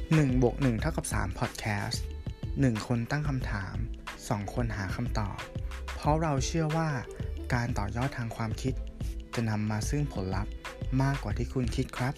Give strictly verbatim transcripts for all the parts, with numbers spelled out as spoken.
หนึ่งบวกหนึ่งเท่ากับสามพอดแคสต์หนึ่งคนตั้งคำถามสองคนหาคำตอบเพราะเราเชื่อว่าการต่อยอดทางความคิดจะนำมาซึ่งผลลัพธ์มากกว่าที่คุณคิดครับ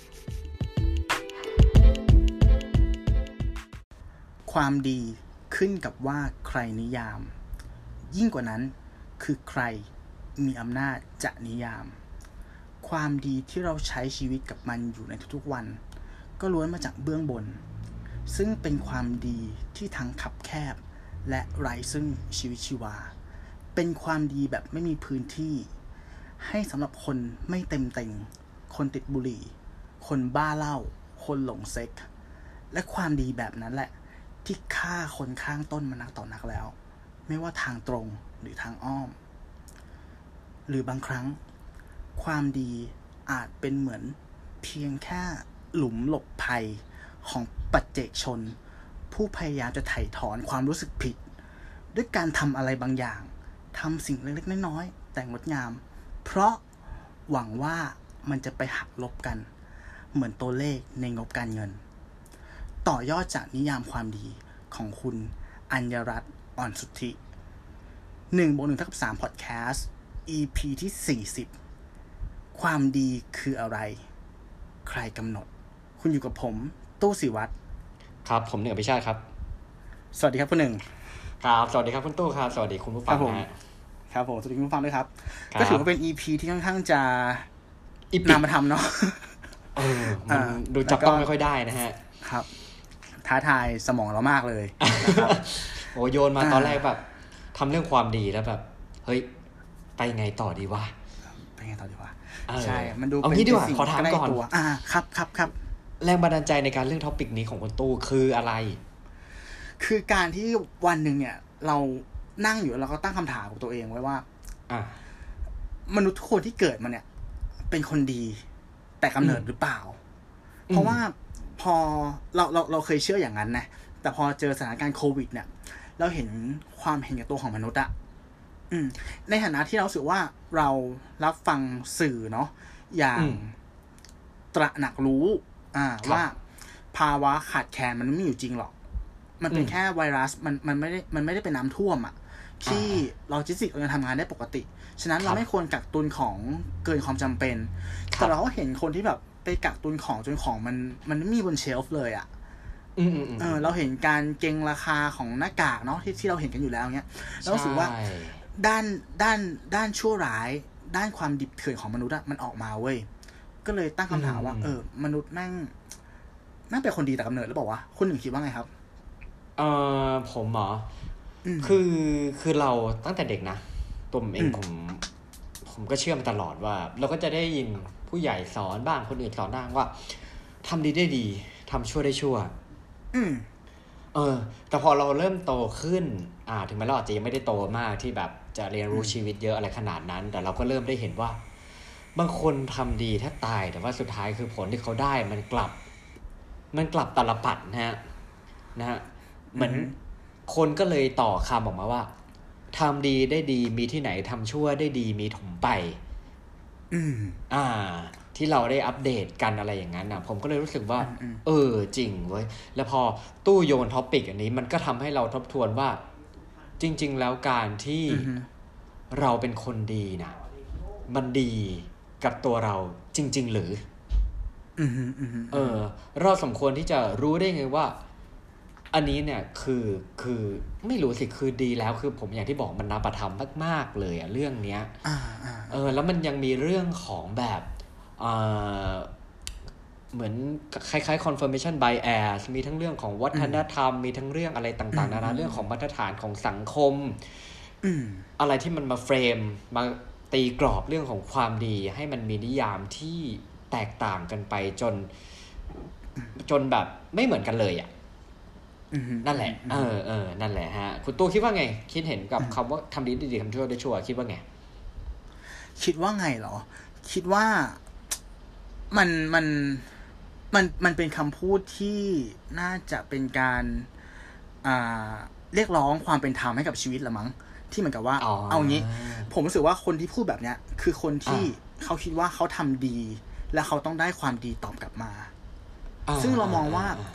ความดีขึ้นกับว่าใครนิยามยิ่งกว่านั้นคือใครมีอำนาจจะนิยามความดีที่เราใช้ชีวิตกับมันอยู่ในทุกๆวันก็ล้วนมาจากเบื้องบนซึ่งเป็นความดีที่ทั้งคับแคบและไร้ซึ่งชีวิตชีวาเป็นความดีแบบไม่มีพื้นที่ให้สำหรับคนไม่เต็มเต็งคนติดบุหรี่คนบ้าเหล้าคนหลงเซ็กและความดีแบบนั้นแหละที่ฆ่าคนข้างต้นมานักต่อนักแล้วไม่ว่าทางตรงหรือทางอ้อมหรือบางครั้งความดีอาจเป็นเหมือนเพียงแค่หลุมหลบภัยของปัจเจกชนผู้พยายามจะไถ่ถอนความรู้สึกผิดด้วยการทำอะไรบางอย่างทำสิ่งเล็กๆน้อยๆแต่งดงามเพราะหวังว่ามันจะไปหักลบกันเหมือนตัวเลขในงบการเงินต่อยอดจากนิยามความดีของคุณอัญญรัตน์อ่อนสุทธิหนึ่งบวกหนึ่งเท่ากับสามพอดแคสต์ อี พี ที่สี่สิบความดีคืออะไรใครกำหนดคุณอยู่กับผมตู้ศิวัตรครับผมหนึ่งอภิชาติครับสวัสดีครับคุณหนึ่งครับสวัสดีครับคุณตู้ครับสวัสดีคุณผู้ฟังนะครับผมสวัสดีคุณผู้ฟังด้วยครับก็ถือว่าเป็น อี พี ที่ค่อนข้างจะนำมาทำเนาะเออมันดูจับต้องไม่ค่อยได้นะฮะครับท้าทายสมองเรามากเลยนะครับโอ้โยนมาตอนแรกแบบทำเรื่องความดีแล้วแบบเฮ้ยไปไงต่อดีวะไปไงต่อดีวะใช่มันดูเป็นสิ่งขอถามก่อนอ่าครับครับครับแรงบันดาลใจในการเรื่องท็อปิกนี้ของคุณตู้คืออะไรคือการที่วันหนึ่งเนี่ยเรานั่งอยู่แล้วเราก็ตั้งคำถามกับตัวเองไว้ว่าอ่ะมนุษย์ทุกคนที่เกิดมาเนี่ยเป็นคนดีแต่กำเนิดหรือเปล่าเพราะว่าพอเราเราเราเคยเชื่ออย่างนั้นนะแต่พอเจอสถานการณ์โควิดเนี่ยเราเห็นความเห็นแก่ตัวของมนุษย์อะอืมในฐานะที่เราสึกว่าเรารับฟังสื่อเนาะอย่างตระหนักรู้อ่าว่าภาวะขาดแคลนมันไม่มีอยู่จริงหรอกมันเป็นแค่ไวรัสมันมันไม่ได้มันไม่ได้เป็นน้ำท่วมอ่ะที่โลจิสติกเรายังทำงานได้ปกติฉะนั้นเราไม่ควรกักตุนของเกินความจำเป็นแต่เราก็เห็นคนที่แบบไปกักตุนของจนของมันมันไม่มีบนเชลฟ์เลยอ่ะเออเราเห็นการเก็งราคาของหน้ากากเนาะที่ที่เราเห็นกันอยู่แล้วเนี้ยเรารู้สึกว่าด้านด้านด้านชั่วร้ายด้านความดิบเถื่อนของมนุษย์อะมันออกมาเว้ยก็เลยตั้งคำถามว่าเออมนุษย์แม่งแม่งเป็นคนดีแต่กำเนิดหรือเปล่าวะคุณหนึ่งคิดว่าไงครับเออผมเหรอคือคือเราตั้งแต่เด็กนะตัวผมเองผมผมก็เชื่อมาตลอดว่าเราก็จะได้ยินผู้ใหญ่สอนบ้างคนอื่นสอนบ้างว่าทำดีได้ดีทำชั่วได้ชั่วอืมเออแต่พอเราเริ่มโตขึ้นอ่าถึงแม้เราอาจจะยังไม่ได้โตมากที่แบบจะเรียนรู้ชีวิตเยอะอะไรขนาดนั้นแต่เราก็เริ่มได้เห็นว่าบางคนทำดีแทบตายแต่ว่าสุดท้ายคือผลที่เขาได้มันกลับมันกลับตลปัดนะฮะนะฮะเหมือนคนก็เลยต่อคำออกมาว่าทำดีได้ดีมีที่ไหนทำชั่วได้ดีมีถมไปอืมอ่าที่เราได้อัปเดตกันอะไรอย่างนั้นนะผมก็เลยรู้สึกว่าเออจริงเว้ยแล้วพอตู้โยนท็อปิกอันนี้มันก็ทำให้เราทบทวนว่าจริงๆแล้วการที่เราเป็นคนดีนะมันดีกับตัวเราจริงๆหรือเออเราสมควรที่จะรู้ได้ไงว่าอันนี้เนี่ยคือคือไม่รู้สิคือดีแล้วคือผมอย่างที่บอกมันนามธรรมมากๆเลยอะเรื่องเนี้ยเออแล้วมันยังมีเรื่องของแบบเออเหมือนคล้ายๆ confirmation bias มีทั้งเรื่องของวัฒนธรรมมีทั้งเรื่องอะไรต่างๆนานาเรื่องของมาตรฐานของสังคมอะไรที่มันมาเฟรมมาตีกรอบเรื่องของความดีให้มันมีนิยามที่แตกต่างกันไปจนจนแบบไม่เหมือนกันเลยอ่ะนั่นแหละเออเออนั่นแหละฮะคุณตู้คิดว่าไงคิดเห็นกับคำว่าทำดีดีทำชั่วได้ชั่วคิดว่าไงคิดว่าไงเหรอคิดว่ามันมันมันมันเป็นคำพูดที่น่าจะเป็นการอ่าเรียกร้องความเป็นธรรมให้กับชีวิตละมั้งที่เหมือนกับว่าเอางี้ผมรู้สึกว่าคนที่พูดแบบเนี้ยคือคนที่เขาคิดว่าเขาทำดีและเขาต้องได้ความดีตอบกลับมาซึ่งเรามองว่า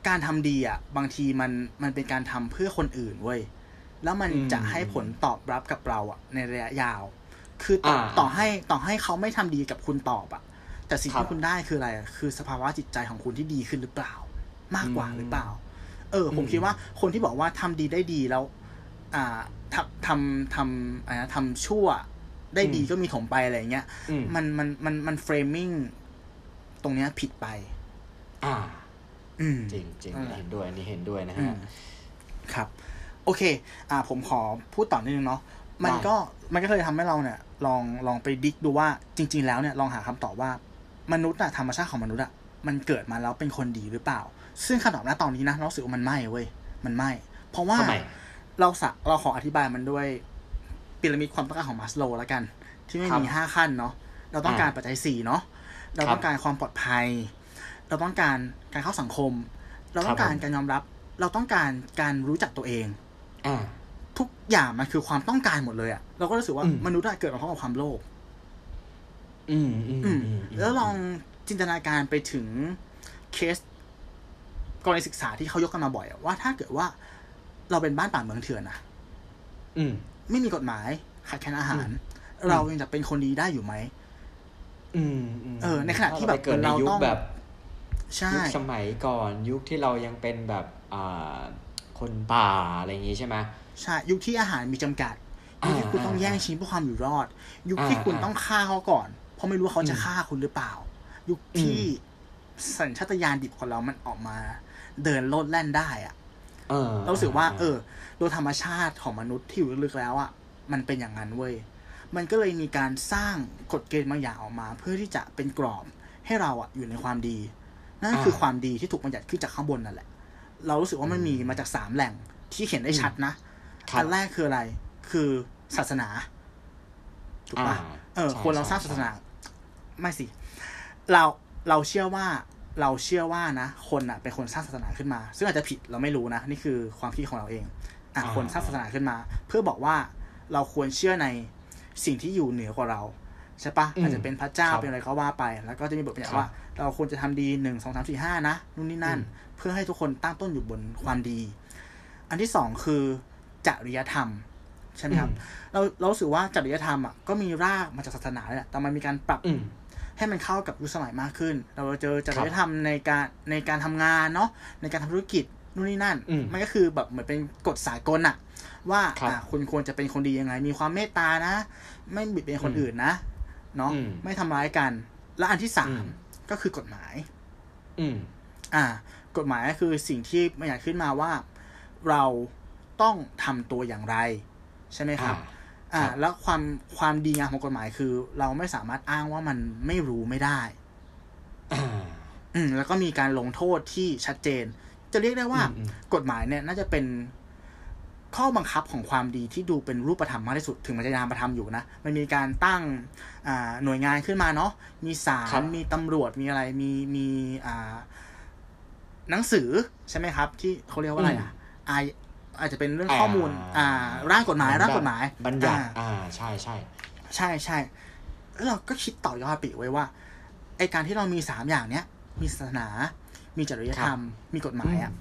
การทำดีอ่ะบางทีมันมันเป็นการทำเพื่อคนอื่นเว้ยแล้วมันจะให้ผลตอบรับกับเราอ่ะในระยะยาวคือต่อต่อให้ต่อให้เขาไม่ทำดีกับคุณตอบอ่ะแต่สิ่งที่คุณได้คืออะไรคือสภาวะจิตใจของคุณที่ดีขึ้นหรือเปล่ามากกว่าหรือเปล่าเออผมคิดว่าคนที่บอกว่าทำดีได้ดีแล้วอ่าทำทำทำอะไรนะทำชั่วได้ดีก็มีถมไปอะไรเงี้ยมันมันมันมันเฟรมมิ่งตรงเนี้ยผิดไปอ่าจริงจริงเห็นด้วยนี่เห็นด้วยนะฮะครับโอเคอ่าผมขอพูดต่อนิดนึงเนาะมันก็มันก็เคยทำให้เราเนี่ยลองลองไปดิกดูว่าจริงๆแล้วเนี่ยลองหาคำตอบว่ามนุษย์อะธรรมชาติของมนุษย์อะมันเกิดมาแล้วเป็นคนดีหรือเปล่าซึ่งคำตอบณตอนนี้นะเราสึกว่ามันไม่เว้ยมันไม่เพราะว่าเราสะเราขออธิบายมันด้วยพีระมิดความต้องการของมัสโลว์แล้วกันที่ไม่มีห้าขั้นเนาะเราต้องการปัจจัยสี่เนาะเราต้องการความปลอดภัยเราต้องการการเข้าสังคมเราต้องการการยอมรับเราต้องการการรู้จักตัวเองทุกอย่างมันคือความต้องการหมดเลยอะเราก็รู้สึกว่ามนุษย์เกิดมาพร้อมกับความโลภอืมอืมแล้วลองจินตนาการไปถึงเคสกรณีศึกษาที่เขายกกันมาบ่อยว่าถ้าเกิดว่าเราเป็นบ้านป่าเมืองเถื่อนนะไม่มีกฎหมายขาดแคลนอาหารเรายังจะเป็นคนดีได้อยู่ไหมเออในขณะที่แบบเราต้องแบบยุคสมัยก่อนยุคที่เรายังเป็นแบบอ่าคนป่าอะไรอย่างงี้ใช่ไหมใช่ยุคที่อาหารมีจำกัดยุคที่คุณต้องแย่งชิงเพื่อความอยู่รอดยุคที่คุณต้องฆ่าเขาก่อนเพราะไม่รู้เขาจะฆ่าคุณหรือเปล่ายุคที่สัญชาตญาณดิบของเรามันออกมาเดินโลดแล่นได้อ่ะเรารู้สึกว่าเออโดยธรรมชาติของมนุษย์ที่อยู่ลึกๆแล้วอ่ะมันเป็นอย่างนั้นเว้ยมันก็เลยมีการสร้างกฎเกณฑ์บางอย่างออกมาเพื่อที่จะเป็นกรอบให้เราอ่ะอยู่ในความดีนั่นคือความดีที่ถูกบัญญัติขึ้นจากข้างบนนั่นแหละเรารู้สึกว่ามันมีมาจากสามแหล่งที่เขียนได้ชัดนะอันแรกคืออะไรคือศาสนาถูกป่ะเออคนเราสร้างศาสนาไม่สิเราเราเชื่อว่าเราเชื่อว่านะคนอ่ะเป็นคนสร้างศาสนาขึ้นมาซึ่งอาจจะผิดเราไม่รู้นะนี่คือความคิดของเราเองอ่ะคนสร้างศาสนาขึ้นมาเพื่อบอกว่าเราควรเชื่อในสิ่งที่อยู่เหนือกว่าเราใช่ปะอาจจะเป็นพระเจ้าเป็นอะไรก็ว่าไปแล้วก็จะมีบทบัญญัติว่าเราควรจะทำดีหนึ่งสองสามสี่ห้านะนู่นนี่นั่นเพื่อให้ทุกคนตั้งต้นอยู่บนความดีอันที่สองคือจริยธรรมใช่ไหมครับเราเรารู้สึกว่าจริยธรรมอ่ะก็มีรากมาจากศาสนาแหละแต่มันมีการปรับให้มันเข้ากับยุคสมัยมากขึ้นเราเจอจริยธรรมในการในการทำงานเนาะในการทำธุรกิจนู่นนี่นั่นมันก็คือแบบเหมือนเป็นกฎสากลอะว่าอ่ะคุณควรจะเป็นคนดียังไงมีความเมตตานะไม่บิดเบือนคนอื่นนะเนาะไม่ทำร้ายกันและอันที่สามก็คือกฎหมายอ่ากฎหมายก็คือสิ่งที่มันอยากขึ้นมาว่าเราต้องทำตัวอย่างไรใช่ไหมครับอ่าแล้วความความดีงามของกฎหมายคือเราไม่สามารถอ้างว่ามันไม่รู้ไม่ได้อืมแล้วก็มีการลงโทษที่ชัดเจนจะเรียกได้ว่ากฎหมายเนี่ยน่าจะเป็นข้อบังคับของความดีที่ดูเป็นรูปธรรมมากที่สุดถึงมันจะนามธรรมอยู่นะมันมีการตั้งอ่าหน่วยงานขึ้นมาเนาะมีศาลมีตำรวจมีอะไรมีมีอ่าหนังสือใช่ไหมครับที่เขาเรียกว่าอะไรอ่ะอาจจะเป็นเรื่องข้อมูลอ่าร่างกฎหมายร่างกฎหมายบัญญัติอ่าใช่ใช่ใช่ใช่แล้วเราก็คิดต่อยอดไปไว้ว่าไอการที่เรามีสามอย่างเนี้ยมีศาสนามีจริยธรรมมีกฎหมายอ่ะ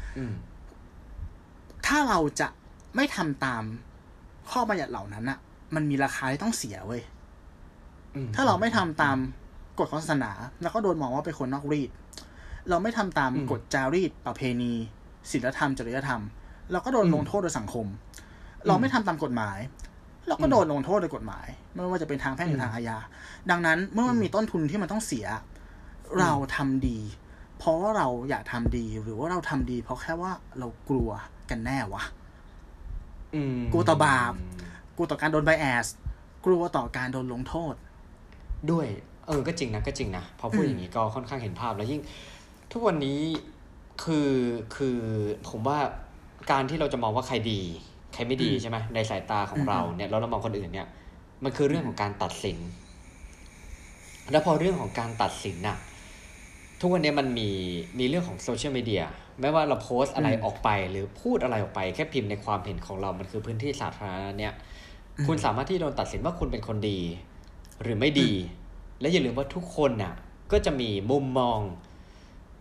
ถ้าเราจะไม่ทำตามข้อบัญญัติเหล่านั้นอ่ะมันมีราคาที่ต้องเสียเว้ยถ้าเราไม่ทำตามกฎของศาสนาแล้วก็โดนมองว่าเป็นคนนอกรีดเราไม่ทำตามกฎจารีตประเพณีศีลธรรมจริยธรรมเราก็โดนลงโทษโดยสังคมเราไม่ทำตามกฎหมายเราก็โดนลงโทษโดยกฎหมายไม่ว่าจะเป็นทางแพ่งหรือทางอาญาดังนั้นเมื่อมันมีต้นทุนที่มันต้องเสียเราทำดีเพราะว่าเราอยากทำดีหรือว่าเราทำดีเพราะแค่ว่าเรากลัวกันแน่วะกลัวต่อบาปกลัวต่อการโดนไบแอสกลัวต่อการโดนลงโทษด้วยเออก็จริงนะก็จริงนะพอพูดอย่างนี้ก็ค่อนข้างเห็นภาพแล้วยิ่งทุกวันนี้คือคือผมว่าการที่เราจะมองว่าใครดีใครไม่ดีใช่ไหมในสายตาของเราเนี่ยเราเรามองคนอื่นเนี่ยมันคือเรื่องของการตัดสินแล้วพอเรื่องของการตัดสินน่ะทุกวันนี้มันมีมีเรื่องของโซเชียลมีเดียไม่ว่าเราโพสอะไรออกไปหรือพูดอะไรออกไปแค่พิมพ์ในความเห็นของเรามันคือพื้นที่สาธารณะเนี่ยคุณสามารถที่โดนตัดสินว่าคุณเป็นคนดีหรือไม่ดีและอย่าลืมว่าทุกคนน่ะก็จะมีมุมมอง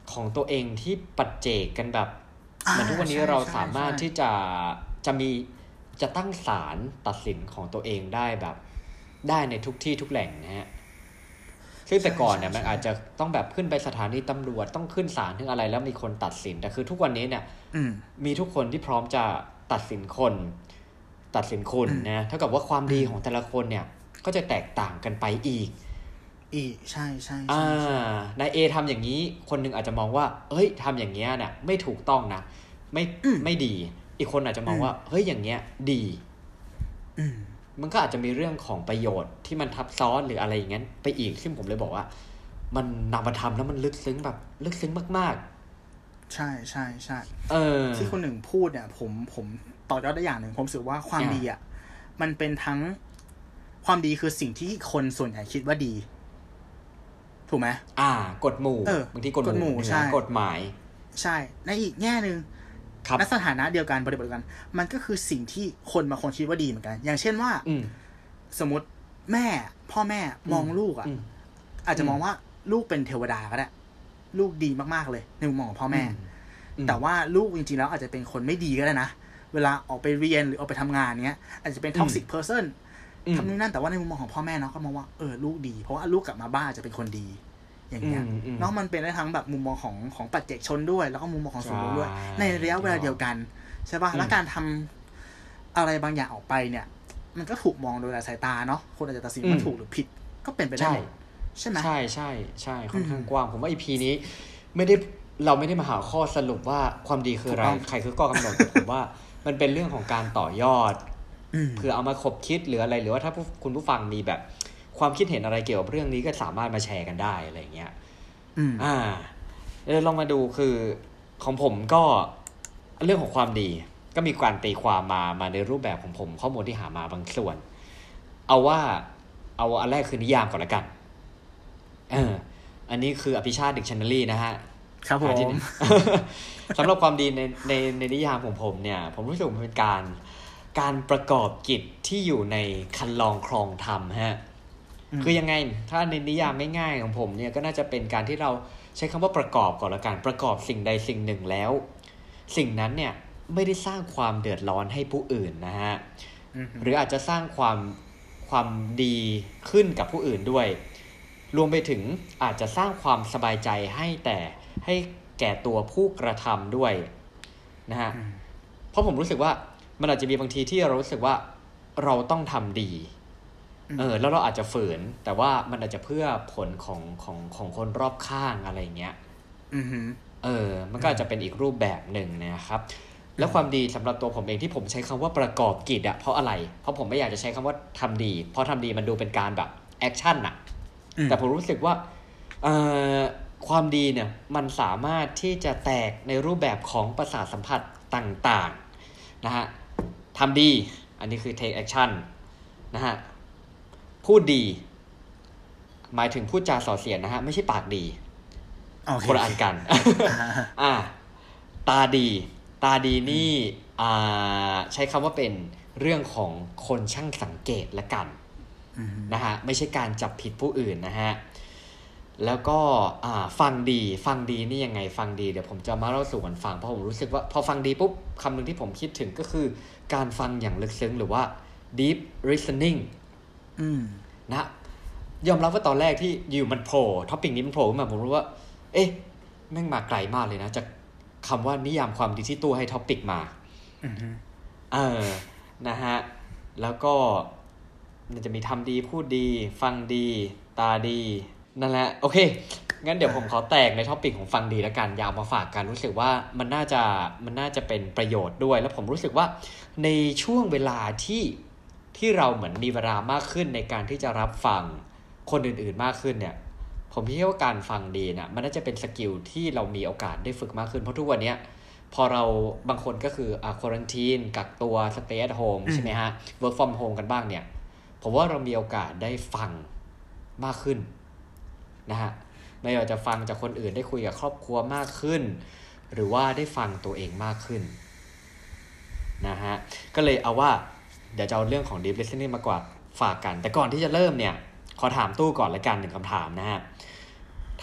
ของตัวเองที่ปัจเจกกันแบบเหมือนทุกวันนี้เราสามารถที่จะจะมีจะตั้งศาลตัดสินของตัวเองได้แบบได้ในทุกที่ทุกแหล่งนะฮะซึ่งแต่ก่อนเนี่ยมันอาจจะต้องแบบขึ้นไปสถานีตำรวจต้องขึ้นศาลถึงอะไรแล้วมีคนตัดสินแต่คือทุกวันนี้เนี่ยมีทุกคนที่พร้อมจะตัดสินคนตัดสินคุณนะเท่ากับว่าความดีของแต่ละคนเนี่ยก็จะแตกต่างกันไปอีกอีกใช่ใช่อ่านายเอทำอย่างนี้คนหนึ่งอาจจะมองว่าเฮ้ยทำอย่างเงี้ยเนี่ยไม่ถูกต้องนะไม่ไม่ดีอีกคนอาจจะมองว่าเฮ้ยอย่างเงี้ยดีมันก็อาจจะมีเรื่องของประโยชน์ที่มันทับซ้อนหรืออะไรอย่างนั้นไปอีกซึ่งผมเลยบอกว่ามันนามธรรมแล้วมันลึกซึ้งแบบลึกซึ้งมากๆใช่ใช่ใช่เออที่คนหนึ่งพูดเนี่ยผมผมต่อยอดได้อย่างหนึ่งผมรู้สึกว่าความดีอ่ะมันเป็นทั้งความดีคือสิ่งที่คนส่วนใหญ่คิดว่าดีถูกไหมอ่ากฎหมู่บางทีกฎหมู่ใช่กฎหมายใช่ในอีกแง่นึงในสถานะเดียวกันบริบทเดียวกันมันก็คือสิ่งที่คนบางคนคิดว่าดีเหมือนกันอย่างเช่นว่าสมมติแม่พ่อแม่มองลูกอ่ะอาจจะมองว่าลูกเป็นเทวดาก็ได้ลูกดีมากๆเลยในมุมมองของพ่อแม่แต่ว่าลูกจริงๆแล้วอาจจะเป็นคนไม่ดีก็ได้นะเวลาออกไปเรียนหรือออกไปทำงานเนี้ยอาจจะเป็น toxic person ทำนู่นนั่นแต่ว่าในมุมมองของพ่อแม่เนาะก็มองว่าเออลูกดีเพราะว่าลูกกลับมาบ้านจะเป็นคนดีอย่างเงี้ยเนาะมันเป็นได้ทั้งแบบมุมมองของของปัจเจกชนด้วยแล้วก็มุมมองของส่วนรวมด้วยในระยะเวลาเดียวกันใช่ป่ะแล้วการทำอะไรบางอย่างออกไปเนี่ยมันก็ถูกมองโดยหลายสายตาเนาะคนอาจจะตัดสินว่าถูกหรือผิดก็เป็นไปได้ใช่ไหมใช่ใช่ใช่ค่อนข้างกว้างผมว่า อี พี นี้ไม่ได้เราไม่ได้มาหาข้อสรุปว่าความดีคืออะไรใครคือข้อกำหนดผมว่ามันเป็นเรื่องของการต่อยอดเพื่อเอามาคบคิดหรืออะไรหรือว่าถ้าคุณผู้ฟังมีแบบความคิดเห็นอะไรเกี่ยวกับเรื่องนี้ก็สามารถมาแชร์กันได้อะไรเงี้ยอ่าเดี๋ยวลองมาดูคือของผมก็เรื่องของความดีก็มีการตีความมามาในรูปแบบของผมข้อมูลที่หามาบางส่วนเอาว่าเอาอันแรกคือนิยามก่อนละกันเอออันนี้คืออภิชาติ Dictionary นะฮะครับผมสำหรับความดีในในในนิยามของผมเนี่ยผมรู้สึกมันเป็นการการประกอบกิจที่อยู่ในคันลองครองธรรมฮะคือยังไงถ้าในนิยามไม่ง่ายของผมเนี่ยก็น่าจะเป็นการที่เราใช้คำว่าประกอบก่อนละกันประกอบสิ่งใดสิ่งหนึ่งแล้วสิ่งนั้นเนี่ยไม่ได้สร้างความเดือดร้อนให้ผู้อื่นนะฮะหรืออาจจะสร้างความความดีขึ้นกับผู้อื่นด้วยรวมไปถึงอาจจะสร้างความสบายใจให้แต่ให้แก่ตัวผู้กระทำด้วยนะฮะเพราะผมรู้สึกว่ามันอาจจะมีบางทีที่เรารู้สึกว่าเราต้องทำดีเออแล้วเราอาจจะฝืนแต่ว่ามันอาจจะเพื่อผลของของของคนรอบข้างอะไรเงี้ยเออมันก็อาจจะเป็นอีกรูปแบบหนึ่งนะครับแล้วความดีสำหรับตัวผมเองที่ผมใช้คำว่าประกอบกิจอะเพราะอะไรเพราะผมไม่อยากจะใช้คำว่าทำดีเพราะทำดีมันดูเป็นการแบบแอคชั่นอะแต่ผมรู้สึกว่าเอ่อความดีเนี่ยมันสามารถที่จะแตกในรูปแบบของประสาทสัมผัสต่างๆนะฮะทำดีอันนี้คือ take action นะฮะพูดดีหมายถึงพูดจาส่อเสียดนะฮะไม่ใช่ปากดีคนละอันกัน อ่าตาดีตาดีนี่อ่าใช้คำว่าเป็นเรื่องของคนช่างสังเกตละกันนะฮะไม่ใช่การจับผิดผู้อื่นนะฮะแล้วก็อ่าฟังดีฟังดีนี่ยังไงฟังดีเดี๋ยวผมจะมาเล่าสู่กันฟังเพราะผมรู้สึกว่าพอฟังดีปุ๊บคำหนึ่งที่ผมคิดถึงก็คือการฟังอย่างลึกซึ้งหรือว่า deep listening นะยอมรับว่าตอนแรกที่อยู่มันโผล่ท็อปปิ้งนี้มันโผล่ขึ้นมาผมรู้ว่าเอ๊ะแม่งมาไกลมากเลยนะจากคำว่านิยามความดีที่ตู้ให้ท็อปปิ้งมาเออนะฮะแล้วก็มันจะมีทำดีพูดดีฟังดีตาดีนั่นแหละโอเคงั้นเดี๋ยวผมขอแตกในท็อปิกของฟังดีแล้วกันอยากมาฝากกันรู้สึกว่ามันน่าจะมันน่าจะเป็นประโยชน์ด้วยแล้วผมรู้สึกว่าในช่วงเวลาที่ที่เราเหมือนมีเวลามากขึ้นในการที่จะรับฟังคนอื่นๆมากขึ้นเนี่ยผมคิดว่าการฟังดีเนี่ยมันน่าจะเป็นสกิลที่เรามีโอกาสได้ฝึกมากขึ้นเพราะทุกวันนี้พอเราบางคนก็คืออ่าควอรันทีนกักตัว stay at home ใช่ไหมฮะ work from home กันบ้างเนี่ยผมว่าเรามีโอกาสได้ฟังมากขึ้นนะฮะไม่ว่าจะฟังจากคนอื่นได้คุยกับครอบครัวมากขึ้นหรือว่าได้ฟังตัวเองมากขึ้นนะฮะก็เลยเอาว่าเดี๋ยวจะเอาเรื่องของ deep listening มากว่าฝากกันแต่ก่อนที่จะเริ่มเนี่ยขอถามตู้ก่อนละกันหนึ่งคำถามนะฮะ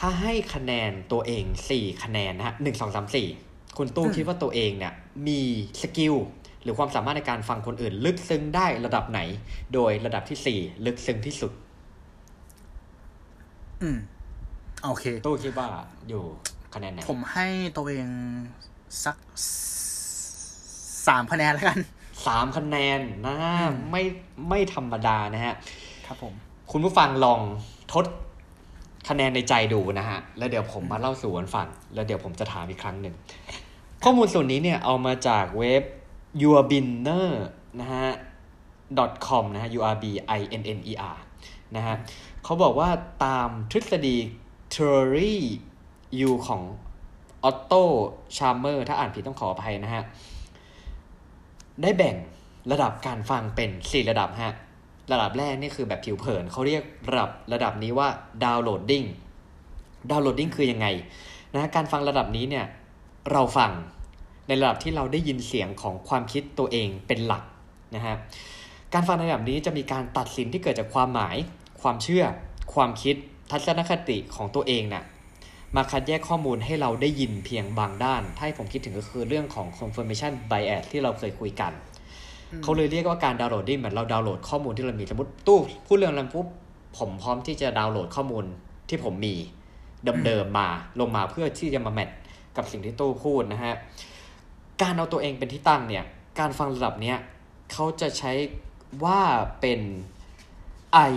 ถ้าให้คะแนนตัวเองสี่คะแนนนะฮะหนึ่ง สอง สาม สี่คุณตู้คิดว่าตัวเองเนี่ยมีสกิลหรือความสามารถในการฟังคนอื่นลึกซึ้งได้ระดับไหนโดยระดับที่สี่ลึกซึ้งที่สุดอืมโอเคตู้คิดว่าอยู่คะแนนไหนผมให้ตัวเองสักสามคะแนนแล้วกันสามคะแนนนะไม่ไม่ธรรมดานะฮะครับผมคุณผู้ฟังลองทดคะแนนในใจดูนะฮะแล้วเดี๋ยวผมมาเล่าสู่กันฟังแล้วเดี๋ยวผมจะถามอีกครั้งหนึ่งข้อมูลส่วนนี้เนี่ยเอามาจากเว็บ yourbinner นะฮะ .com นะฮะ u r b i n n e r นะฮะเขาบอกว่าตามทฤษฎี theory U ของ Otto Scharmer ถ้าอ่านผิดต้องขออภัยนะฮะได้แบ่งระดับการฟังเป็นสี่ระดับฮะระดับแรกนี่คือแบบผิวเผินเขาเรียกระดับระดับนี้ว่า downloading downloading คือยังไงนะการฟังระดับนี้เนี่ยเราฟังในระดับที่เราได้ยินเสียงของความคิดตัวเองเป็นหลักนะฮะการฟังในระดับนี้จะมีการตัดสินที่เกิดจากความหมายความเชื่อความคิดทัศนคติของตัวเองน่ะมาคัดแยกข้อมูลให้เราได้ยินเพียงบางด้านถ้าให้ผมคิดถึงก็คือเรื่องของ confirmation bias ที่เราเคยคุยกันเขาเลยเรียกว่าการดาวน์โหลดดิ้งเหมือนเราดาวน์โหลดข้อมูลที่เรามีสมมติตู้พูดเรื่องนั้นปุ๊บผมพร้อมที่จะดาวน์โหลดข้อมูลที่ผมมีเดิมๆมาลงมาเพื่อที่จะมาแมทกับสิ่งที่ตู้พูดนะฮะการเอาตัวเองเป็นที่ตั้งเนี่ยการฟังระดับเนี้ยเขาจะใช้ว่าเป็น I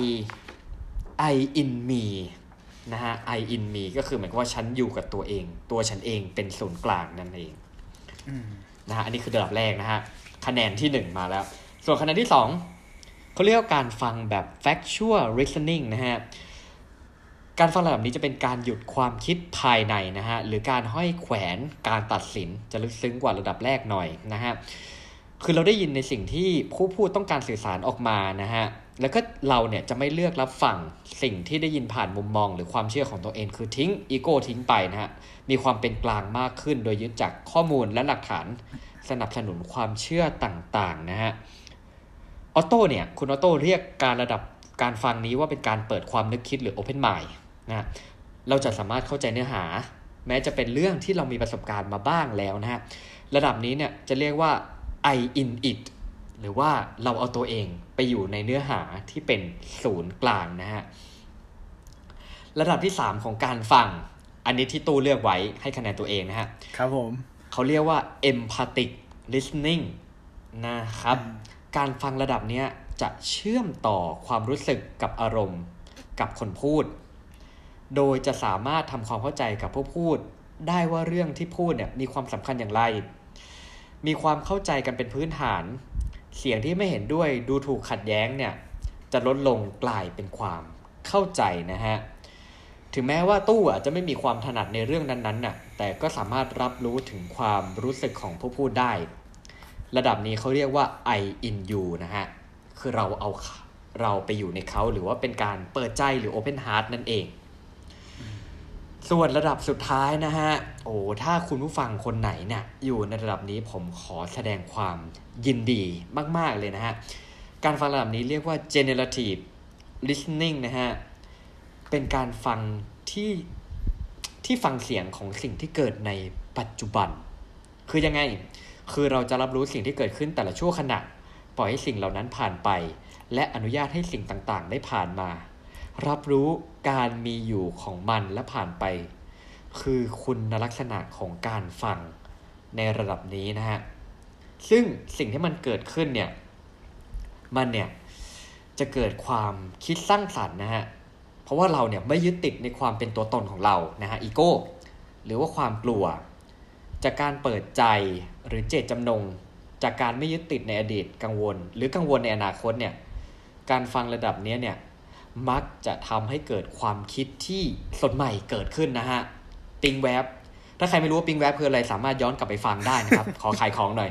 I in me นะฮะ I in me ก็คือหมายความว่าฉันอยู่กับตัวเองตัวฉันเองเป็นศูนย์กลางนั่นเองนะฮะอันนี้คือระดับแรกนะฮะคะแนนที่หนึ่งมาแล้วส่วนคะแนนที่สองเขาเรียกว่าการฟังแบบ factual listening นะฮะการฟังระดับนี้จะเป็นการหยุดความคิดภายในนะฮะหรือการห้อยแขวนการตัดสินจะลึกซึ้งกว่าระดับแรกหน่อยนะฮะคือเราได้ยินในสิ่งที่ผู้พูดต้องการสื่อสารออกมานะฮะแล้วก็เราเนี่ยจะไม่เลือกรับฟังสิ่งที่ได้ยินผ่านมุมมองหรือความเชื่อของตัวเองคือทิ้งอีโก้ทิ้งไปนะฮะมีความเป็นกลางมากขึ้นโดยยึดจากข้อมูลและหลักฐานสนับสนุนความเชื่อต่างๆนะฮะออโต้เนี่ยคุณออโต้เรียกการระดับการฟังนี้ว่าเป็นการเปิดความนึกคิดหรือ Open Mind นะเราจะสามารถเข้าใจเนื้อหาแม้จะเป็นเรื่องที่เรามีประสบการณ์มาบ้างแล้วนะฮะระดับนี้เนี่ยจะเรียกว่า I in it หรือว่าเราเอาตัวเองไปอยู่ในเนื้อหาที่เป็นศูนย์กลางนะฮะระดับที่สามของการฟังอันนี้ที่ตู้เลือกไว้ให้คะแนนตัวเองนะฮะครับผมเขาเรียกว่า empathic listening นะครับการฟังระดับนี้จะเชื่อมต่อความรู้สึกกับอารมณ์กับคนพูดโดยจะสามารถทำความเข้าใจกับผู้พูดได้ว่าเรื่องที่พูดเนี่ยมีความสำคัญอย่างไรมีความเข้าใจกันเป็นพื้นฐานเสียงที่ไม่เห็นด้วยดูถูกขัดแย้งเนี่ยจะลดลงกลายเป็นความเข้าใจนะฮะถึงแม้ว่าตู้อาจจะไม่มีความถนัดในเรื่องนั้นๆน่ะแต่ก็สามารถรับรู้ถึงความรู้สึกของผู้พูดได้ระดับนี้เขาเรียกว่า I in you นะฮะคือเราเอาเราไปอยู่ในเขาหรือว่าเป็นการเปิดใจหรือ Open Heart นั่นเองส่วนระดับสุดท้ายนะฮะโอ้ถ้าคุณผู้ฟังคนไหนเนี่ยอยู่ในระดับนี้ผมขอแสดงความยินดีมากๆเลยนะฮะการฟังระดับนี้เรียกว่า generative listening นะฮะเป็นการฟังที่ที่ฟังเสียงของสิ่งที่เกิดในปัจจุบันคือยังไงคือเราจะรับรู้สิ่งที่เกิดขึ้นแต่ละชั่วขณะปล่อยให้สิ่งเหล่านั้นผ่านไปและอนุญาตให้สิ่งต่างๆได้ผ่านมารับรู้การมีอยู่ของมันและผ่านไปคือคุณลักษณะของการฟังในระดับนี้นะฮะซึ่งสิ่งที่มันเกิดขึ้นเนี่ยมันเนี่ยจะเกิดความคิดสร้างสรรค์นะฮะเพราะว่าเราเนี่ยไม่ยึดติดในความเป็นตัวตนของเรานะฮะอีโก้หรือว่าความกลัวจากการเปิดใจหรือเจตจำนงจากการไม่ยึดติดในอดีตกังวลหรือกังวลในอนาคตเนี่ยการฟังระดับนี้เนี่ยมักจะทำให้เกิดความคิดที่สดใหม่เกิดขึ้นนะฮะปิงแวบถ้าใครไม่รู้ว่าปิงแวบคืออะไรสามารถย้อนกลับไปฟังได้นะครับ ขอขายของหน่อย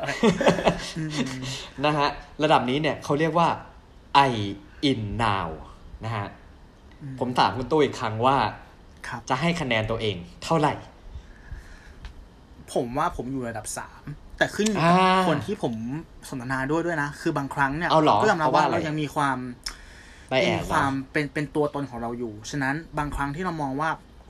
นะฮะระดับนี้เนี่ยเขาเรียกว่า I in now นะฮะผมถามคุณตู้อีกครั้งว่าจะให้คะแนนตัวเองเท่าไหร่ผมว่าผมอยู่ระดับสามแต่ขึ้นอยู่กับคนที่ผมสนทนาด้วยด้วยนะคือบางครั้งเนี่ยก็ยอมรับว่าเรายังมีความเป็นความเป็นเป็นตัวตนของเราอยู่ฉะนั้นบางครั้งที่เรามองว่า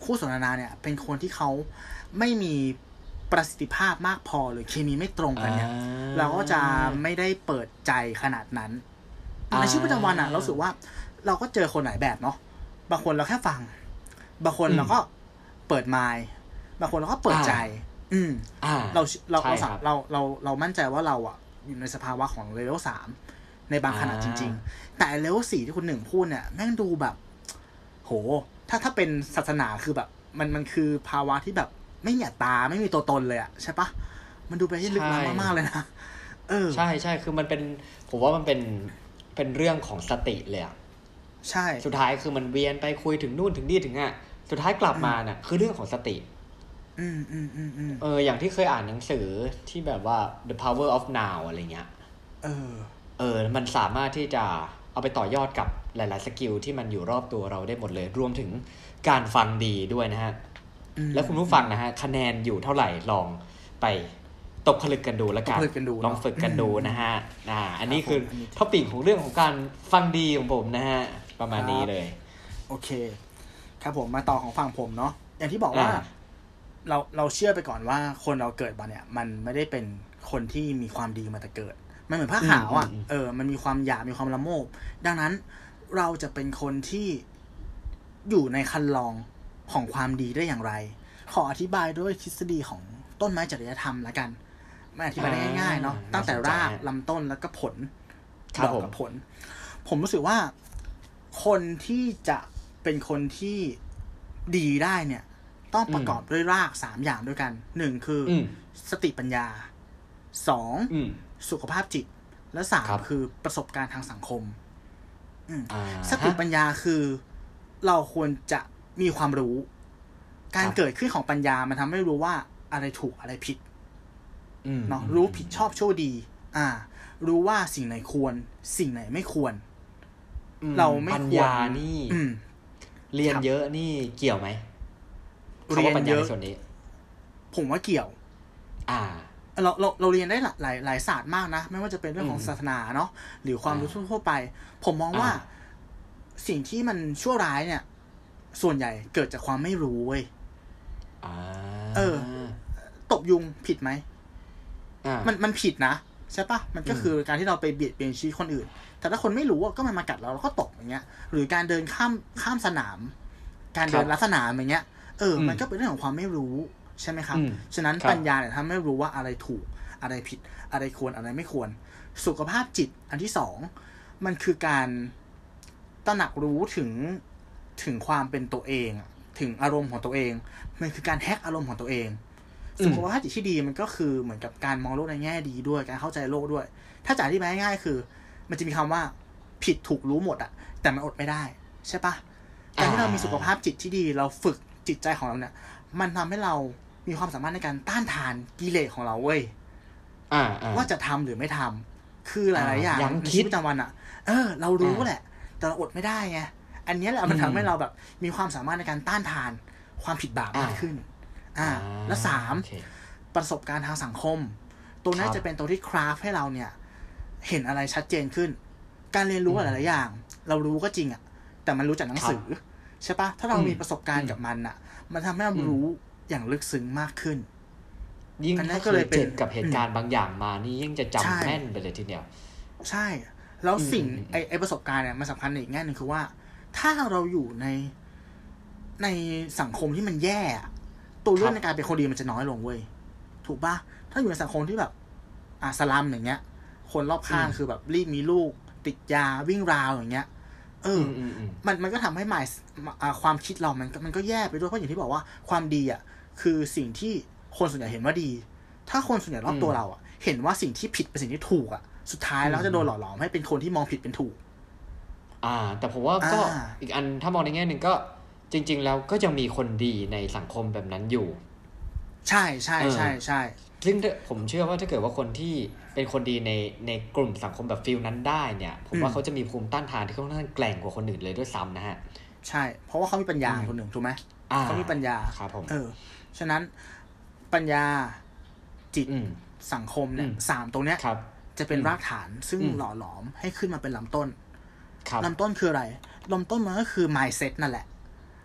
คู่สนทนาเนี่ยเป็นคนที่เขาไม่มีประสิทธิภาพมากพอหรือเคมีไม่ตรงกันเนี่ยเราก็จะไม่ได้เปิดใจขนาดนั้นในชีวิตประจำวันอ่ะเราสึกว่าเราก็เจอคนหลายแบบเนาะบางคนเราแค่ฟังบางคนเราก็เปิดไมค์บางคนเราก็เปิดใจอืมเราเราเราเราเราเรามั่นใจว่าเราอ่ะอยู่ในสภาวะของเลเวลสามในบางขณะจริงๆแต่เลเวลสี่ที่คุณหนึ่งพูดเนี่ยแม่งดูแบบโหถ้าถ้าเป็นศาสนาคือแบบมันมันคือภาวะที่แบบไม่มีอัตตาไม่มีตัวตนเลยอ่ะใช่ปะมันดูไปที่ลึกล้ำมากๆเลยนะเออใช่ใช่คือมันเป็นผมว่ามันเป็นเป็นเรื่องของสติเลยอ่ะใช่สุดท้ายคือมันเวียนไปคุยถึงนู่นถึงนี่ถึงอ่ะสุดท้ายกลับมาน่ะคือเรื่องของสติอืมอืมอืมอืมเอออย่างที่เคยอ่านหนังสือที่แบบว่า The Power of Now อะไรเงี้ยเออเออมันสามารถที่จะเอาไปต่อยอดกับหลายๆสกิลที่มันอยู่รอบตัวเราได้หมดเลยรวมถึงการฟังดีด้วยนะฮะแล้วคุณผู้ฟังนะฮะคะแนนอยู่เท่าไหร่ลองไปตกผลึกกันดูแล้วกันลองฝึกกันดูนะฮะอ่าอันนี้คือท็อปิกของเรื่องของการฟังดีของผมนะฮะประมาณนี้เลยโอเคครับผมมาต่อของฝั่งผมเนาะอย่างที่บอกว่าเราเราเชื่อไปก่อนว่าคนเราเกิดมาเนี่ยมันไม่ได้เป็นคนที่มีความดีมาแต่เกิดมันเหมือนผ้าขาวอ่ะเออมันมีความหยาบมีความละโมบดังนั้นเราจะเป็นคนที่อยู่ในคันลองของความดีได้อย่างไรขออธิบายด้วยทฤษฎีของต้นไม้จริยธรรมละกันมาอธิบายได้ง่ายๆเนาะตั้งแต่รากลำต้นแล้วก็ผลดอกกับผลผมรู้สึกว่าคนที่จะเป็นคนที่ดีได้เนี่ยต้องประกอบด้วยรากสามอย่างด้วยกันหนึ่งคือสติปัญญาสองสุขภาพจิตและสามคือประสบการณ์ทางสังคมสติปัญญาคือเราควรจะมีความรู้การเกิดขึ้นของปัญญามันทำให้รู้ว่าอะไรถูกอะไรผิดเนาะรู้ผิดชอบชั่วดีอ่ารู้ว่าสิ่งไหนควรสิ่งไหนไม่ควรเราไม่ควรปัญญานี่เรียนเยอะนี่เกี่ยวไหมเรียนเยอะส่วนนี้ผมว่าเกี่ยวอ่าเราเราเราเรียนได้หลายหลายศาสตร์มากนะไม่ว่าจะเป็นเรื่องของศาสนาเนาะหรือความรู้ทั่วไปผมมองว่าสิ่งที่มันชั่วร้ายเนี่ยส่วนใหญ่เกิดจากความไม่รู้เว้ยเออตบยุงผิดไหมมันมันผิดนะใช่ปะมันก็คือการที่เราไปเบียดเบียนชีวิตคนอื่นแต่ถ้าคนไม่รู้ก็มันมากัดเราเราก็ตบอย่างเงี้ยหรือการเดินข้ามข้ามสนามการเดินลัดสนามอย่างเงี้ยเออมันก็เป็นเรื่องของความไม่รู้ใช่ไหมครับฉะนั้นปัญญาเนี่ยทำให้รู้ว่าอะไรถูกอะไรผิดอะไรควรอะไรไม่ควรสุขภาพจิตอันที่สองมันคือการตระหนักรู้ถึงถึงความเป็นตัวเองถึงอารมณ์ของตัวเองมันคือการแฮกอารมณ์ของตัวเองสุขภาพจิตที่ดีมันก็คือเหมือนกับการมองโลกในแง่ดีด้วยการเข้าใจโลกด้วยถ้าจะอธิบายง่ายๆคือมันจะมีคำว่าผิดถูกรู้หมดอะแต่มันอดไม่ได้ใช่ปะการที่เรามีสุขภาพจิตที่ดีเราฝึกจิตใจของเราเนี่ยมันทำให้เรามีความสามารถในการต้านทานกิเลสของเราเว้ยว่าจะทำหรือไม่ทำคือหลายๆอย่างในชีวิตประจำวันอะเออเรารู้แหละแต่เราอดไม่ได้ไงอันนี้แหละมันทำให้เราแบบมีความสามารถในการต้านทานความผิดบาปมากขึ้นอ่าและสามประสบการณ์ทางสังคมตัวนี้จะเป็นตัวที่คราฟให้เราเนี่ยเห็นอะไรชัดเจนขึ้นการเรียนรู้หลายๆอย่างเรารู้ก็จริงอ่ะแต่มันรู้จากหนังสือใช่ปะถ้าเรามีประสบการณ์กับมันอ่ะมันทำให้เรารู้อย่างลึกซึ้งมากขึ้นยิ่งถ้าเคยเจอกับเหตุการณ์บางอย่างมานี่ยิ่งจะจำแม่นไปเลยทีเดียวใช่แล้วสิ่งไอไอประสบการณ์เนี่ยมันสำคัญอีกแง่นึงคือว่าถ้าเราอยู่ในในสังคมที่มันแย่ตัวเลือกในการเป็นคนดีมันจะน้อยลงเว้ยถูกป่ะถ้าอยู่ในสังคมที่แบบอ่ะสลัมอย่างเงี้ยคนรอบข้างคือแบบรีบมีลูกติดยาวิ่งราวอย่างเงี้ยเออมันมันก็ทำให้หมายความคิดเรามันมันก็แย่ไปด้วยเพราะอย่างที่บอกว่าความดีอ่ะคือสิ่งที่คนส่วนใหญ่เห็นว่าดีถ้าคนส่วนใหญ่รอบตัวเราอ่ะเห็นว่าสิ่งที่ผิดเป็นสิ่งที่ถูกอ่ะสุดท้ายแล้วจะโดนหล่อหลอมให้เป็นคนที่มองผิดเป็นถูกอ่าแต่ผมว่าก็อีกอันถ้ามองในแง่นึงก็จริงๆแล้วก็ยังมีคนดีในสังคมแบบนั้นอยู่ใช่ใช่ใช่ใช่ซึ่งผมเชื่อว่าถ้าเกิดว่าคนที่เป็นคนดีในในกลุ่มสังคมแบบฟิลนั้นได้เนี่ยผมว่าเขาจะมีภูมิต้านทานที่ค่อนข้างแกร่งกว่าคนอื่นเลยด้วยซ้ำนะฮะใช่เพราะว่าเขามีปัญญาคนหนึ่งถูกไหมเขามีปัญญาครับผมเออฉะนั้นปัญญาจิตสังคมเนี่ยสามตรงเนี้ยจะเป็นรากฐานซึ่งหล่อหลอมให้ขึ้นมาเป็นลำต้นลำต้นคืออะไรลำต้นมันก็คือ mindset นั่นแหละ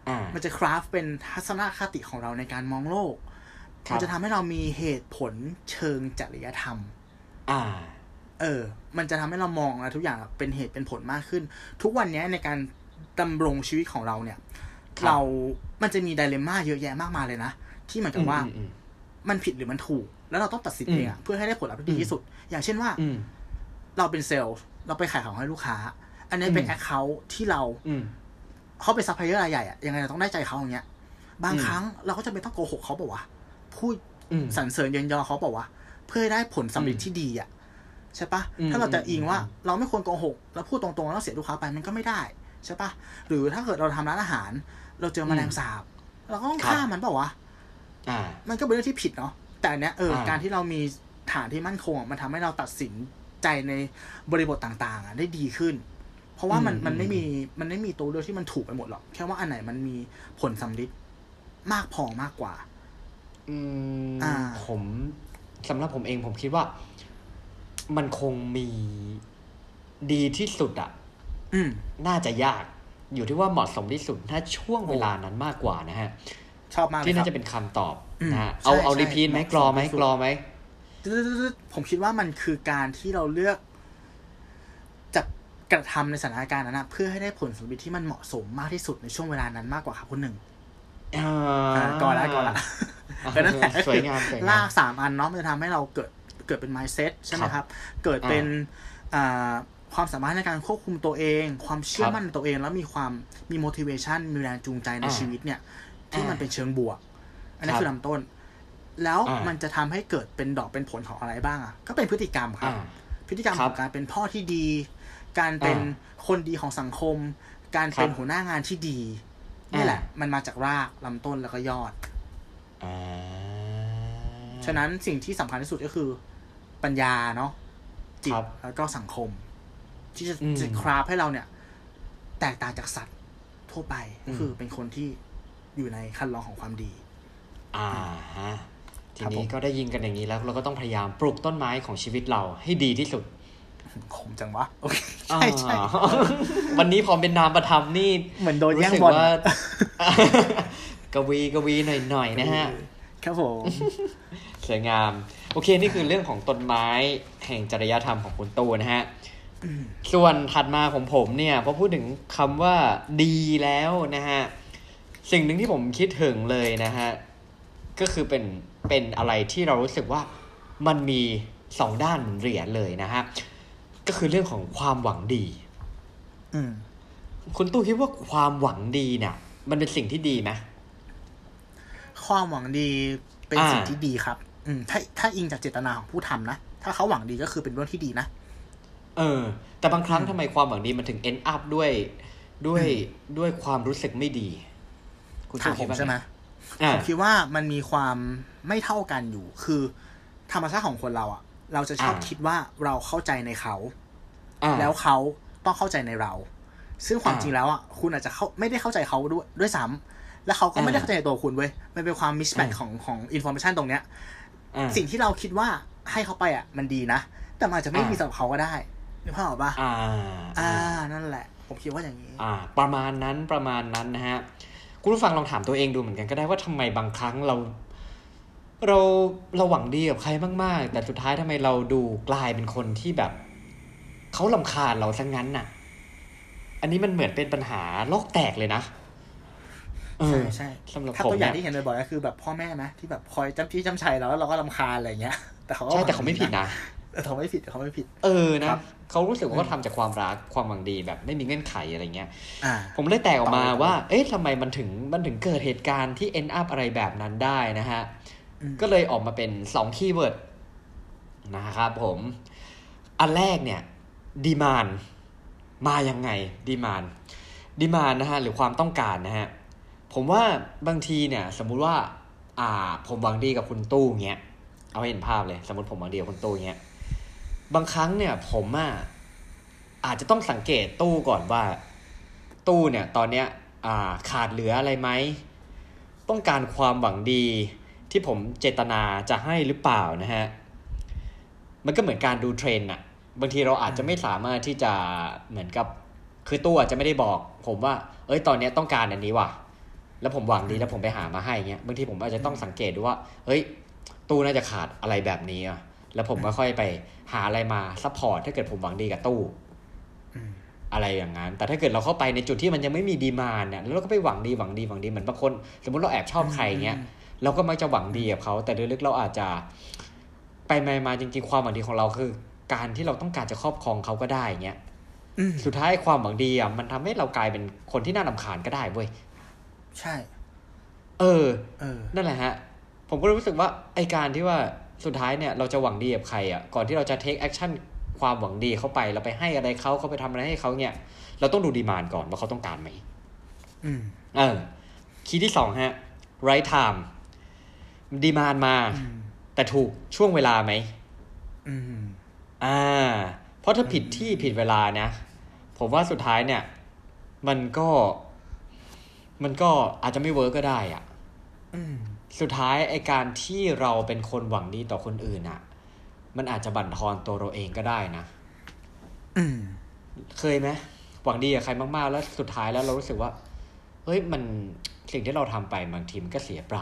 มันจะคราฟเป็นทัศนคติของเราในการมองโลกมันจะทำให้เรามีเหตุผลเชิงจริยธรรมอ่าเออมันจะทำให้เรามองอะไรทุกอย่างเป็นเหตุเป็นผลมากขึ้นทุกวันนี้ในการดำรงชีวิตของเราเนี่ยเรามันจะมีไดเลม่าเยอะแยะมากมายเลยนะที่เหมือนกับว่ามันผิดหรือมันถูกแล้วเราต้องตัดสินเองเพื่อให้ได้ผลลัพธ์ที่ดีที่สุดอย่างเช่นว่าเราเป็นเซลล์เราไปขายของให้ลูกค้าอันนี้เป็นแอคเคาท์ที่เราเขาเป็นซัพพลายเออร์รายใหญ่อะยังไงเราต้องได้ใจเขาอย่างเงี้ยบางครั้งเราก็จะไม่ต้องโกหกเขาบอกว่าพูดสรรเสริญเยินยอเขาบอกว่าเพื่อได้ผลสำเร็จที่ดีอ่ะใช่ปะถ้าเราจะอิงว่าเราไม่ควรโกหกแล้วพูดตรงๆแล้วเสียลูกค้าไปมันก็ไม่ได้ใช่ปะหรือถ้าเกิดเราทำร้านอาหารเราเจอแมลงสาบเราก็ต้องฆ่ามันเปล่าวะมันก็เป็นเรื่องที่ผิดเนาะแต่อันเนี้ยเออการที่เรามีฐานที่มั่นคงมันทำให้เราตัดสินใจในบริบทต่างๆได้ดีขึ้นเพราะว่ามันมันไม่มีมันไม่มีตัวเลือกที่มันถูกไปหมดหรอกแค่ว่าอันไหนมันมีผลสำลิดมากพอมากกว่าอืมผมสำหรับผมเองผมคิดว่ามันคงมีดีที่สุดอ่ะน่าจะยากอยู่ที่ว่าเหมาะสมที่สุดถ้าช่วงเวลานั้นมากกว่านะฮะชอบมากที่น่าจะเป็นคำตอบนะฮะเอาเอารีพีทไหมกรอไหมกรอไหมผมคิดว่ามันคือการที่เราเลือกจะกระทำในสถานการณ์นั้นนะเพื่อให้ได้ผลสำลิดที่มันเหมาะสมมากที่สุดในช่วงเวลานั้นมากกว่าครับคุณหนึ่งก่อนละก่อนละก็นั่นแหละสวยงามลากสามอันเนาะมันจะทำให้เราเกิดเกิดเป็น mindset ใช่ไหมครับเกิดเป็นความสามารถในการควบคุมตัวเองความเชื่อมั่นในตัวเองแล้วมีความมี motivation มีแรงจูงใจในชีวิตเนี่ยที่มันเป็นเชิงบวกอันนี้คือลำต้นแล้วมันจะทำให้เกิดเป็นดอกเป็นผลของอะไรบ้างอ่ะก็เป็นพฤติกรรมครับพฤติกรรมของการเป็นพ่อที่ดีการเป็นคนดีของสังคมการเป็นหัวหน้างานที่ดีนี่แหละมันมาจากรากลำต้นแล้วก็ยอดฉะนั้นสิ่งที่สำคัญที่สุดก็คือปัญญาเนาะจิตแล้วก็สังคมที่จะจะคราฟให้เราเนี่ยแตกต่างจากสัตว์ทั่วไปก็คือเป็นคนที่อยู่ในขั้นรองของความดีอ่าฮะทีนี้ก็ได้ยินกันอย่างนี้แล้วเราก็ต้องพยายามปลูกต้นไม้ของชีวิตเราให้ดีที่สุดคมจังวะโอเคใช่ใช่วันนี้พอเป็นนามประธรรมนี่เหมือนโดนแย่งบอลกวีกวีหน่อยๆนะฮะครับผมสวยงามโอเคนี่คือเรื่องของต้นไม้แห่งจริยธรรมของคุณตูนะฮะส่วนถัดมาของผมเนี่ยพอพูดถึงคำว่าดีแล้วนะฮะสิ่งหนึ่งที่ผมคิดถึงเลยนะฮะก็คือเป็นเป็นอะไรที่เรารู้สึกว่ามันมีสองด้านเหมือนเหรียญเลยนะฮะก็คือเรื่องของความหวังดีคุณตู้คิดว่าความหวังดีเนี่ยมันเป็นสิ่งที่ดีไหมความหวังดีเป็นสิ่งที่ดีครับอืมถ้าถ้าอิงจากเจตนาของผู้ทำนะถ้าเขาหวังดีก็คือเป็นเรื่องที่ดีนะเออแต่บางครั้งทำไมความหวังดีมันถึง end up ด้วยด้วยด้วยความรู้สึกไม่ดีคุณคิดว่าใช่ไหมผมคิดว่ามันมีความไม่เท่ากันอยู่คือธรรมชาติของคนเราอ่ะเราจะชอบคิดว่าเราเข้าใจในเขาแล้วเขาต้องเข้าใจในเราซึ่งความจริงแล้วอ่ะคุณอาจจะเข้าไม่ได้เข้าใจเขาด้วยด้วยซ้ำแล้วเขาก็ไม่ได้เข้าใจในตัวคุณเว้ยมันเป็นความ mismatch ของของ information ตรงเนี้ยสิ่งที่เราคิดว่าให้เขาไปอ่ะมันดีนะแต่มันอาจจะไม่มีสำหรับเขาก็ได้นึกภาพออกป่ะอ่าอ่านั่นแหละผมคิดว่าอย่างนี้อ่าประมาณนั้นประมาณนั้นนะฮะคุณผู้ฟังลองถามตัวเองดูเหมือนกันก็ได้ว่าทำไมบางครั้งเราเราเราหวังดีกับใครมากๆแต่สุดท้ายทำไมเราดูกลายเป็นคนที่แบบเขารำคาญเราซะงั้นน่ะอันนี้มันเหมือนเป็นปัญหาโลกแตกเลยนะใช่ใช่สำหรับผมถ้าตัวอย่างที่เห็นบ่อยๆก็คือแบบพ่อแม่ไหมที่แบบคอยจำพี่จำชัยแล้วเราก็รำคาญอะไรเงี้ยแต่เขาใช่แต่เขาไม่ผิดนะแต่เขาไม่ผิดแต่เขาไม่ผิดเออนะเขารู้สึกว่าเขาทำจากความรักความหวังดีแบบไม่มีเงื่อนไขอะไรเงี้ยผมเลยแตกออกมาว่าเอ๊ะทำไมมันถึงมันถึงเกิดเหตุการณ์ที่ end up อะไรแบบนั้นได้นะฮะก็เลยออกมาเป็นสองคีย์เวิร์ดนะครับผมอันแรกเนี่ย demand มายังไง demand demand นะฮะหรือความต้องการนะฮะผมว่าบางทีเนี่ยสมมุติว่าอ่าผมหวังดีกับคุณตู้เงี้ยเอาให้เห็นภาพเลยสมมติผมหวังดีกับคุณตู้เงี้ยบางครั้งเนี่ยผมอ่ะอาจจะต้องสังเกตตู้ก่อนว่าตู้เนี่ยตอนเนี้ยอ่าขาดเหลืออะไรไหมต้องการความหวังดีที่ผมเจตนาจะให้หรือเปล่านะฮะมันก็เหมือนการดูเทรนด์อะบางทีเราอาจจะไม่สามารถที่จะเหมือนกับคือตู้อาจจะไม่ได้บอกผมว่าเอ้ยตอนนี้ต้องการอันนี้ว่ะแล้วผมหวังดีแล้วผมไปหามาให้เงี้ยบางทีผมอาจจะต้องสังเกตดูว่าเฮ้ยตู้น่าจะขาดอะไรแบบนี้อ่ะแล้วผมก็ค่อยไปหาอะไรมาซัพพอร์ตถ้าเกิดผมหวังดีกับตู้อะไรอย่างนั้นแต่ถ้าเกิดเราเข้าไปในจุดที่มันยังไม่มีดีมานด์เนี่ยแล้วเราก็ไปหวังดีหวังดีหวังดีเหมือนบางคนสมมติเราแอบชอบใครเงี้ยเราก็มักจะหวังดีกับเขาแต่ลึกๆเราอาจจะไปมาจริงๆความหวังดีของเราคือการที่เราต้องการจะครอบครองเขาก็ได้เงี้ยสุดท้ายความหวังดีอ่ะมันทำให้เรากลายเป็นคนที่น่ารำคาญก็ได้เว้ยใช่เออเออนั่นแหละฮะผมก็รู้สึกว่าไอการที่ว่าสุดท้ายเนี่ยเราจะหวังดีกับใครอ่ะก่อนที่เราจะเทคแอคชั่นความหวังดีเข้าไปเราไปให้อะไรเขาเขาไปทำอะไรให้เขาเนี่ยเราต้องดูดีมานด์ก่อนว่าเขาต้องการไหมอืมเออคีย์ที่สองฮะ right time ดีมานด์มาแต่ถูกช่วงเวลาไหมอืมอ่าเพราะถ้าผิดที่ผิดเวลานะผมว่าสุดท้ายเนี่ยมันก็มันก็อาจจะไม่เวิร์กก็ได้อ่ะสุดท้ายไอ้การที่เราเป็นคนหวังดีต่อคนอื่นอ่ะมันอาจจะบั่นทอนตัวเราเองก็ได้นะเคยไหมหวังดีกับใครมากๆแล้วสุดท้ายแล้วเรารู้สึกว่าเฮ้ยมันสิ่งที่เราทำไปบางทีมันก็เสียเปล่า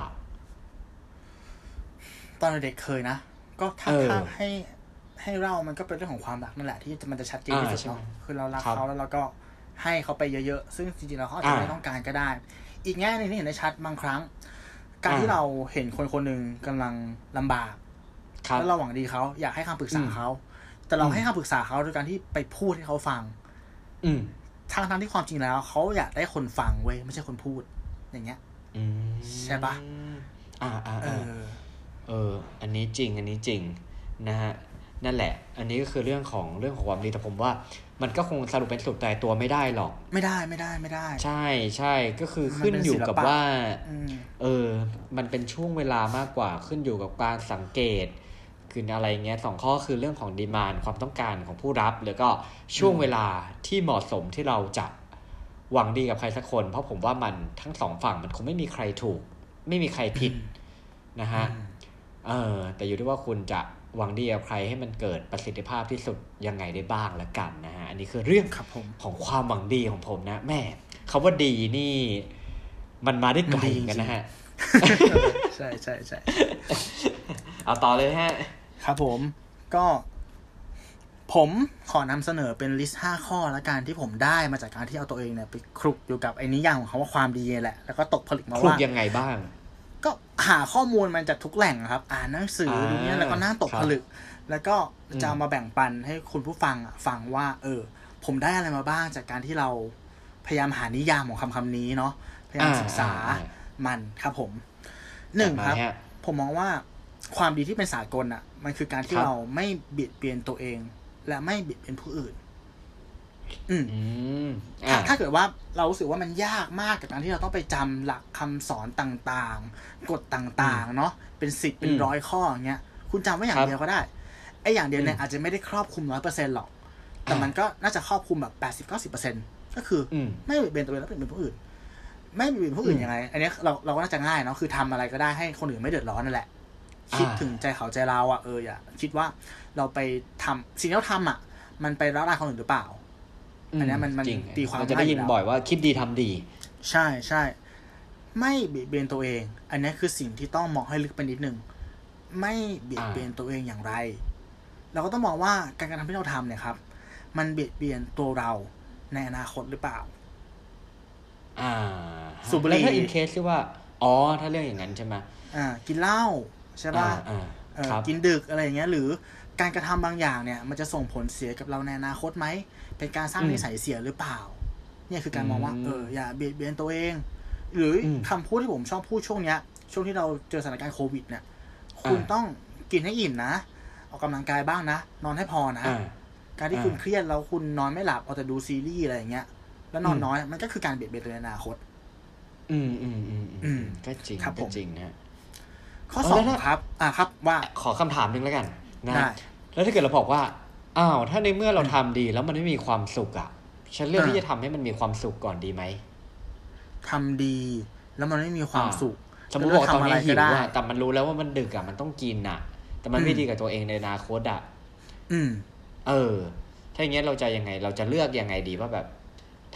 ตอนเด็กเคยนะก็ถ้าถ้าให้ให้เรามันก็เป็นเรื่องของความรักนั่นแหละที่มันจะชัดเจนที่สุดเนาะคือเรารักเขาแล้วเราก็ให้เขาไปเยอะๆซึ่งจริงๆเราเขาอาจจะไม่ต้องการก็ได้อีกแง่นึงที่เห็นได้ชัดบางครั้งการที่เราเห็นคนคนหนึ่งกำลังลำบากแล้วเราหวังดีเขาอยากให้คำปรึกษาเขาแต่เราให้คำปรึกษาเขาโดยการที่ไปพูดให้เขาฟังทางทางที่ความจริงแล้วเขาอยากได้คนฟังเว้ยไม่ใช่คนพูดอย่างเงี้ยใช่ปะอ่าอ่าเออเอออันนี้จริงอันนี้จริงนะฮะนั่นแหละอันนี้ก็คือเรื่องของเรื่องของความดีแต่ผมว่ามันก็คงสรุปเป็นสุดตายตัวไม่ได้หรอกไม่ได้ไม่ได้ไม่ได้ใช่ใช่ก็คือขึ้นอยู่กับว่าเออมันเป็นช่วงเวลามากกว่าขึ้นอยู่กับการสังเกตคืออะไรเงี้ยสองข้อคือเรื่องของดีมานด์ความต้องการของผู้รับแล้วก็ช่วงเวลาที่เหมาะสมที่เราจะหวังดีกับใครสักคนเพราะผมว่ามันทั้งสองฝั่งมันคงไม่มีใครถูกไม่มีใครผิดนะฮะเออแต่อยู่ที่ว่าคุณจะหวังดีกับใครให้มันเกิดประสิทธิภาพที่สุดยังไงได้บ้างละกันนะฮะอันนี้คือเรื่องของความหวังดีของผมนะแม่คำว่าดีนี่มันมาได้ไกลกันนะฮะใช่ใช่ใช่เอาต่อเลยฮะครับผมก็ผมขอนำเสนอเป็นลิสต์ห้าข้อละกันที่ผมได้มาจากการที่เอาตัวเองเนี่ยไปคลุกอยู่กับไอ้นิยามของเขาว่าความดีแหละแล้วก็ตกผลึกมาว่าคลุกยังไงบ้างก็หาข้อมูลมันจากทุกแหล่งครับอ่านหนังสือดูเนี่ยแล้วก็นั่งตกผลึกแล้วก็จะเอามาแบ่งปันให้คุณผู้ฟังฟังว่าเออผมได้อะไรมาบ้างจากการที่เราพยายามหานิยามของคำคำนี้เนาะพยายามศึกษามันครับผมหนึ่งครับผมมองว่าความดีที่เป็นสากลอ่ะมันคือการที่เราไม่เบียดเบียนตัวเองและไม่เบียดเบียนผู้อื่นอืมถ้าเกิดว่าเรารู้สึกว่ามันยากมากกับการที่เราต้องไปจำหลักคำสอนต่างๆกฎต่างๆเนาะเป็นสิบเป็นร้อยข้ออย่างเงี้ยคุณจำไว้อย่างเดียวก็ได้ไอ้อย่างเดียวเนี่ยอาจจะไม่ได้ครอบคลุม ร้อยเปอร์เซ็นต์ หรอกแต่มันก็น่าจะครอบคลุมแบบ แปดสิบถึงเก้าสิบเปอร์เซ็นต์ ก็คือไม่เบียดเบียนตัวเองและเบียดเบียนผู้อื่นไม่เบียดเบียนผู้อื่นยังไงอันนี้เราเราก็น่าจะง่ายเนาะคือทำอะไรก็ได้ให้คนอื่นไม่เดือดร้อนนั่นแหละคิดถึงใจเขาใจเราอ่ะเอออย่าคิดว่าเราไปทำสิ่งที่เราทำอ่ะมันไปละลายคนอื่นหรือเปล่าอันนี้มันมันตีความจะได้ยินบ่อยว่าคิดดีทำดีใช่ใช่ไม่เบียดเบียนตัวเองอันนี้คือสิ่งที่ต้องมองให้ลึกไปนิดนึงไม่เบียดเบียนตัวเองอย่างไรเราก็ต้องมองว่าการกระทำที่เราทำเนี่ยครับมันเบียดเบียนตัวเราในอนาคตหรือเปล่าอ่าสูบบุหรี่แล้วถ้าอินเคสที่ว่าอ๋อถ้าเรื่องอย่างนั้นใช่ไหมอ่ากินเหล้าใช่ป่ะกินดึกอะไรอย่างเงี้ยหรือการกระทำบางอย่างเนี่ยมันจะส่งผลเสียกับเราในอนาคตไหมเป็นการสร้างนิสัยเสียหรือเปล่าเนี่ยคือการมองว่าเอออย่าเบียดเบียนตัวเองหรือคำพูดที่ผมชอบพูดช่วงเนี้ยช่วงที่เราเจอสถานการณ์โควิดเนี่ยคุณต้องกินให้อิ่มนะออกกำลังกายบ้างนะนอนให้พอนะการที่คุณเครียดแล้วคุณนอนไม่หลับเอาแต่ดูซีรีส์อะไรอย่างเงี้ยแล้วนอนน้อยมันก็คือการเบียดเบียนตัวในอนาคตอืมอืมอืมอืมก็จริงก็จริงนะข้อสองครับอ่าครับว่าขอคำถามนึงแล้วกันนะแล้วถ้าเกิดเราบอกว่าอ้าวถ้าในเมื่อเราทำดีแล้วมันไม่มีความสุขอ่ะฉันเลือกที่จะทำให้มันมีความสุขก่อนดีไหมทำดีแล้วมันไม่มีความสุขสมมติบอกตอนนี้หิวอ่ะแต่มันรู้แล้วว่ามันดึกอ่ะมันต้องกินอ่ะแต่มันไม่ดีกับตัวเองในอนาคตอ่ะอืมเออถ้าอย่างเงี้ยเราจะยังไงเราจะเลือกยังไงดีว่าแบบท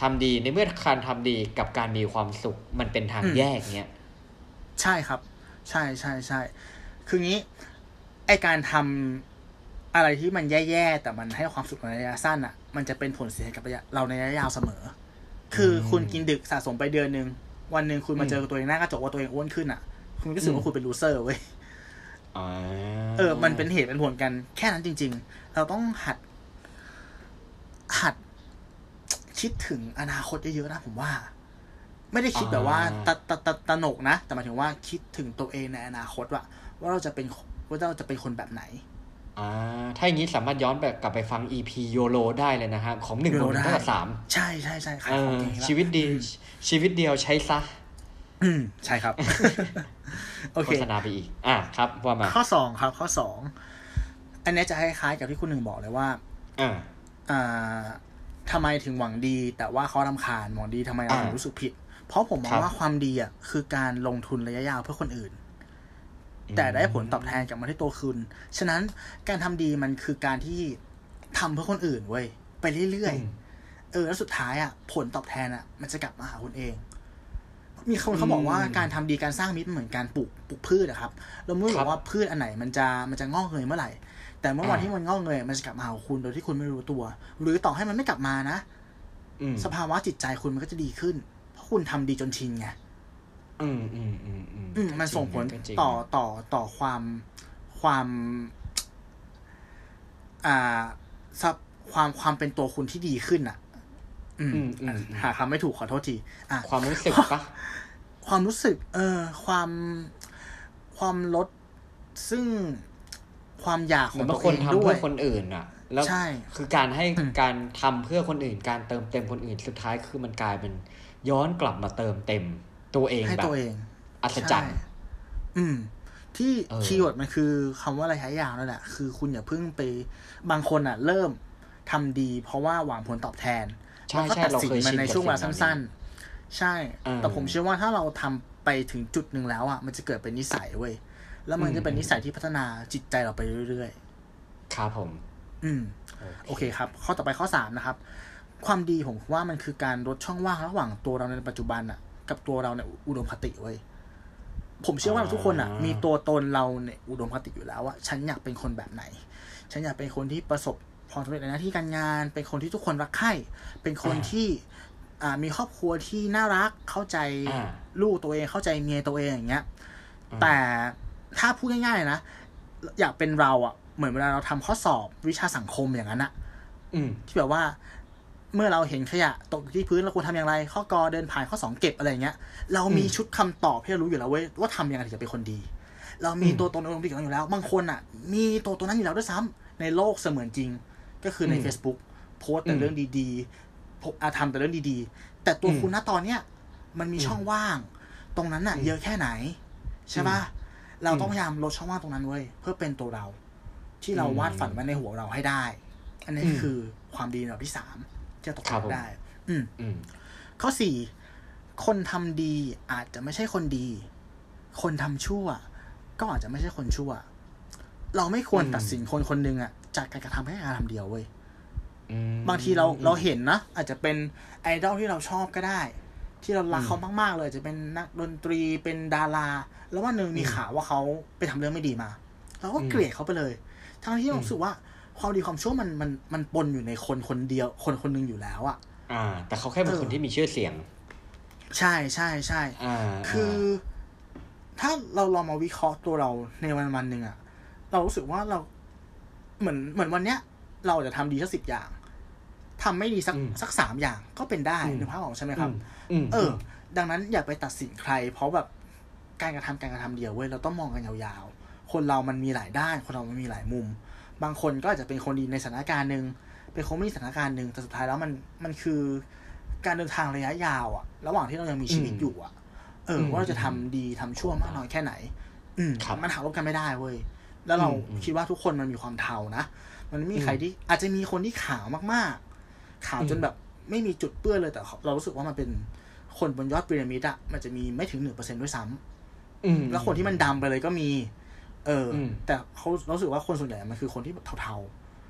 ทำดีในเมื่อการทำดีกับการมีความสุขมันเป็นทางแยกเงี้ยใช่ครับใช่ใช่ใช่คืองี้ไอการทำอะไรที่มันแย่ๆแต่มันให้ความสุขในระยะสั้นอ่ะมันจะเป็นผลเสียกับเราในระยะยาวเสมอคือคุณกินดึกสะสมไปเดือนนึงวันนึงคุณมาเจอตัวเองหน้ากระจกว่าตัวเองอ้วนขึ้นอ่ะคุณรู้สึกว่าคุณเป็นลูเซอร์เว้ยเออมันเป็นเหตุเป็นผลกันแค่นั้นจริงๆเราต้องหัดหัดคิดถึงอนาคตเยอะๆนะผมว่าไม่ได้คิดแบบว่าตะตะตะตะหนกนะแต่หมายถึงว่าคิดถึงตัวเองในอนาคตว่าว่าเราจะเป็นว่าเราจะเป็นคนแบบไหนอ่าถ้าอย่างนี้สามารถย้อนแบบกลับไปฟัง อี พี โยโ o ได้เลยนะฮะของหนึ่งบวกหนึ่งเท่ากับสามใช่ใช่ใช่ครับชีวิตดีชีวิตเดียวใช้ซะอืมใช่ครับโอเคโฆษณาไปอีกอ่ะครับว่ามาข้อสองครับข้อสองอันนี้จะคล้ายๆกับที่คุณหนึ่งบอกเลยว่าอ่าอ่าทำไมถึงหวังดีแต่ว่าเขารำคาญหวังดีทำไมเราถึงรู้สึกผิดเพราะผมมองว่าความดีอ่ะคือการลงทุนระยะยาวเพื่อคนอื่นแต่ได้ผลตอบแทนกลับมาที่ตัวคุณฉะนั้นการทำดีมันคือการที่ทำเพื่อคนอื่นเว้ยไปเรื่อยๆเออแล้วสุดท้ายอ่ะผลตอบแทนอ่ะมันจะกลับมาหาคุณเองมีคนเขาบอกว่าการทำดีการสร้างมิตรเหมือนการปลูกปลูกพืชอะครับเราไม่รู้ว่าพืชอันไหนมันจะมันจะงอกเงยเมื่อไหร่แต่เมื่อวันที่มันงอกเงยมันจะกลับมาหาคุณโดยที่คุณไม่รู้ตัวหรือต่อให้มันไม่กลับมานะสภาวะจิตใจคุณมันก็จะดีขึ้นเพราะคุณทำดีจนชินไงอืมอืมอืมอืมมันส่งผลต่อต่อต่อความความอ่าซับความความเป็นตัวคุณที่ดีขึ้นอ่ะอืมหาคำไม่ถูกขอโทษทีอ่ะความรู้สึกปะความรู้สึกเออความความลดซึ่งความอยากของตัวเองด้วยทำเพื่อคนอื่นอ่ะแล้วคือการให้การทำเพื่อคนอื่นการเติมเต็มคนอื่นสุดท้ายคือมันกลายเป็นย้อนกลับมาเติมเต็มตัวเองแบบอัศจรรย์อืมที่คีย์เวิร์ดมันคือคำว่าระยะยาวนั่นแหละคือคุณอย่าเพิ่งไปบางคนอ่ะเริ่มทำดีเพราะว่าหวังผลตอบแทนแล้วก็ตัดสินมันในช่วงเวลาสั้นๆใช่แต่ผมเชื่อว่าถ้าเราทำไปถึงจุดหนึ่งแล้วอ่ะมันจะเกิดเป็นนิสัยเว้ยแล้วมันจะเป็นนิสัยที่พัฒนาจิตใจเราไปเรื่อยๆครับผมอืมโอเคครับข้อต่อไปข้อสามนะครับความดีผมว่ามันคือการลดช่องว่างระหว่างตัวเราในปัจจุบันอ่ะกับตัวเราในอุดมคติเว้ยผมเชื่อว่าทุกคนอ่ะมีตัวตนเราในอุดมคติอยู่แล้วว่าฉันอยากเป็นคนแบบไหนฉันอยากเป็นคนที่ประสบความสำเร็จในหน้าที่การงานเป็นคนที่ทุกคนรักใคร่เป็นคนที่อ่ามีครอบครัวที่น่ารักเข้าใจลูกตัวเองเข้าใจเมียตัวเองอย่างเงี้ยแต่ถ้าพูดง่ายๆนะอยากเป็นเราอ่ะเหมือนเวลาเราทำข้อสอบวิชาสังคมอย่างนั้นอ่ะที่แบบว่าเมื่อเราเห็นขยะตกที่พื้นเราควรทำอย่างไรข้อกอเดินผ่านข้อสองเก็บอะไรเงี้ยเรามีชุดคำตอบที่เรารู้อยู่แล้วเว้ยว่าทำยังไงถึงจะเป็นคนดีเรามีตัวตนในอุดมคติอยู่แล้วบางคนอ่ะมีตัวตนนั้นอยู่แล้วด้วยซ้ำในโลกเสมือนจริงก็คือใน Facebook โพสต์แต่เรื่องดีๆทำแต่เรื่องดีๆแต่ตัวคุณณตอนเนี้ยมันมีช่องว่างตรงนั้นน่ะเยอะแค่ไหนใช่ป่ะเราต้องพยายามลดช่องว่างตรงนั้นเว้ยเพื่อเป็นตัวเราที่เราวาดฝันไว้ในหัวเราให้ได้อันนี้คือความดีระดับที่สามจะตกได้ อืมข้อสี่คนทำดีอาจจะไม่ใช่คนดีคนทำชั่วก็อาจจะไม่ใช่คนชั่วเราไม่ควรตัดสินคนคนหนึ่งอ่ะจากการกระทำแค่การทำเดียวเว้ยบางทีเราเราเห็นนะอาจจะเป็นไอดอลที่เราชอบก็ได้ที่เรารักเขามากๆเลยจะเป็นนักดนตรีเป็นดาราแล้ววันหนึ่งมีข่าวว่าเขาไปทำเรื่องไม่ดีมาเราก็เกลียดเขาไปเลยทั้งที่เรารู้สึกว่าความดีความชั่วมันมันมันปนอยู่ในคนคนเดียวคนคนนึงอยู่แล้วอ่ะอ่าแต่เขาแค่เป็นคนที่มีชื่อเสียงใช่ใช่ใช่คือถ้าเราลองมาวิเคราะห์ตัวเราในวันวันหนึ่งอ่ะเรารู้สึกว่าเราเหมือนเหมือนวันเนี้ยเราจะทำดีสักสิบอย่างทำไม่ดีสักสักสามอย่างก็เป็นได้ในภาพของใช่ไหมครับเออดังนั้นอย่าไปตัดสินใครเพราะแบบการกระทำการกระทำเดียวเว้ยเราต้องมองกันยาวๆคนเรามันมีหลายด้านคนเรามันมีหลายมุมบางคนก็อาจจะเป็นคนดีในสถานการณ์นึงเป็นคนไม่ดีสถานการณ์นึงแต่สุดท้ายแล้วมันมันคือการเดินทางระยะยาวอ่ะระหว่างที่เรายังมีชีวิตอยู่อ่ะเออว่าเราจะทำดีทำชั่วมากน้อยแค่ไหนอืมมันหักลบกันไม่ได้เว้ยแล้วเราคิดว่าทุกคนมันมีความเทานะมันไม่มีใครที่อาจจะมีคนที่ขาวมากๆขาวจนแบบไม่มีจุดเปื้อนเลยแต่เรารู้สึกว่ามันเป็นคนบนยอดพีระมิดอ่ะมันจะมีไม่ถึง หนึ่งเปอร์เซ็นต์ ด้วยซ้ำแล้วคนที่มันดำไปเลยก็มีเออแต่เขารู้สึกว่าคนส่วนใหญ่มันคือคนที่แบบเทาๆ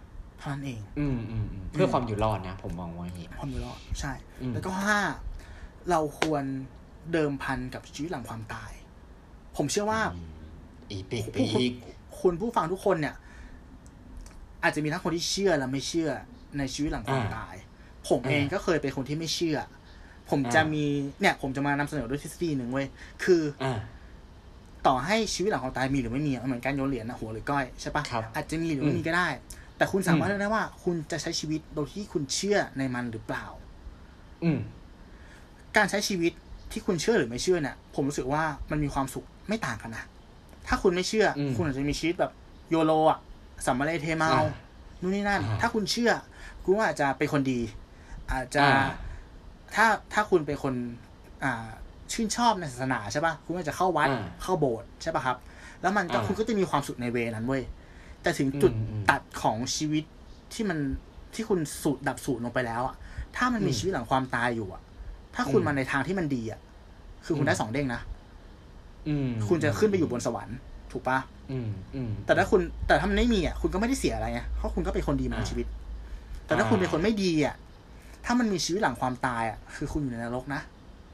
เท่านั้นเองอืมอืมเพื่อความอยู่รอดนะผมมองว่าอย่างนี้ความอยู่รอดใช่แล้วก็ห้าเราควรเดิมพันกับชีวิตหลังความตายผมเชื่อว่าอีปิกปีกคุณผู้ฟังทุกคนเนี่ยอาจจะมีทั้งคนที่เชื่อและไม่เชื่อในชีวิตหลังความตายผมเองก็เคยเป็นคนที่ไม่เชื่อผมจะมีเนี่ยผมจะมานำเสนอด้วยทฤษฎีหนึ่งเว้ยคือต่อให้ชีวิตหลังความตายมีหรือไม่มีเหมือนการโยนเหรียญนะหัวหรือก้อยใช่ปะอาจจะมีหรือไม่มีก็ได้แต่คุณสามารถเลือกได้ว่าคุณจะใช้ชีวิตโดยที่คุณเชื่อในมันหรือเปล่าการใช้ชีวิตที่คุณเชื่อหรือไม่เชื่อเนี่ยผมรู้สึกว่ามันมีความสุขไม่ต่างกันนะถ้าคุณไม่เชื่อคุณอาจจะมีชีวิตแบบโยโลอ่ะสัมมาเลเทเมานู่นนี่นั่นถ้าคุณเชื่อคุณอาจจะเป็นคนดีอาจจะถ้าถ้าคุณเป็นคนอ่าชื่นชอบในศาสนาใช่ป่ะคุณอาจจะเข้าวัดเข้าโบสถ์ใช่ป่ะครับแล้วมันก็คุณก็จะมีความสุขในเวนั้นเว้ยแต่ถึงจุดตัดของชีวิตที่มันที่คุณสูญดับสูญลงไปแล้วอ่ะถ้ามันมีชีวิตหลังความตายอยู่อ่ะถ้าคุณมาในทางที่มันดีอ่ะคือคุณได้สองเด้งนะคุณจะขึ้นไปอยู่บนสวรรค์ถูกป่ะแต่ถ้าคุณแต่ถ้ามันไม่มีอ่ะคุณก็ไม่ได้เสียอะไรไงเพราะคุณก็เป็นคนดีมาในชีวิตแต่ถ้าคุณเป็นคนไม่ดีอ่ะถ้ามันมีชีวิตหลังความตายอ่ะคือคุณอยู่ในนรกนะ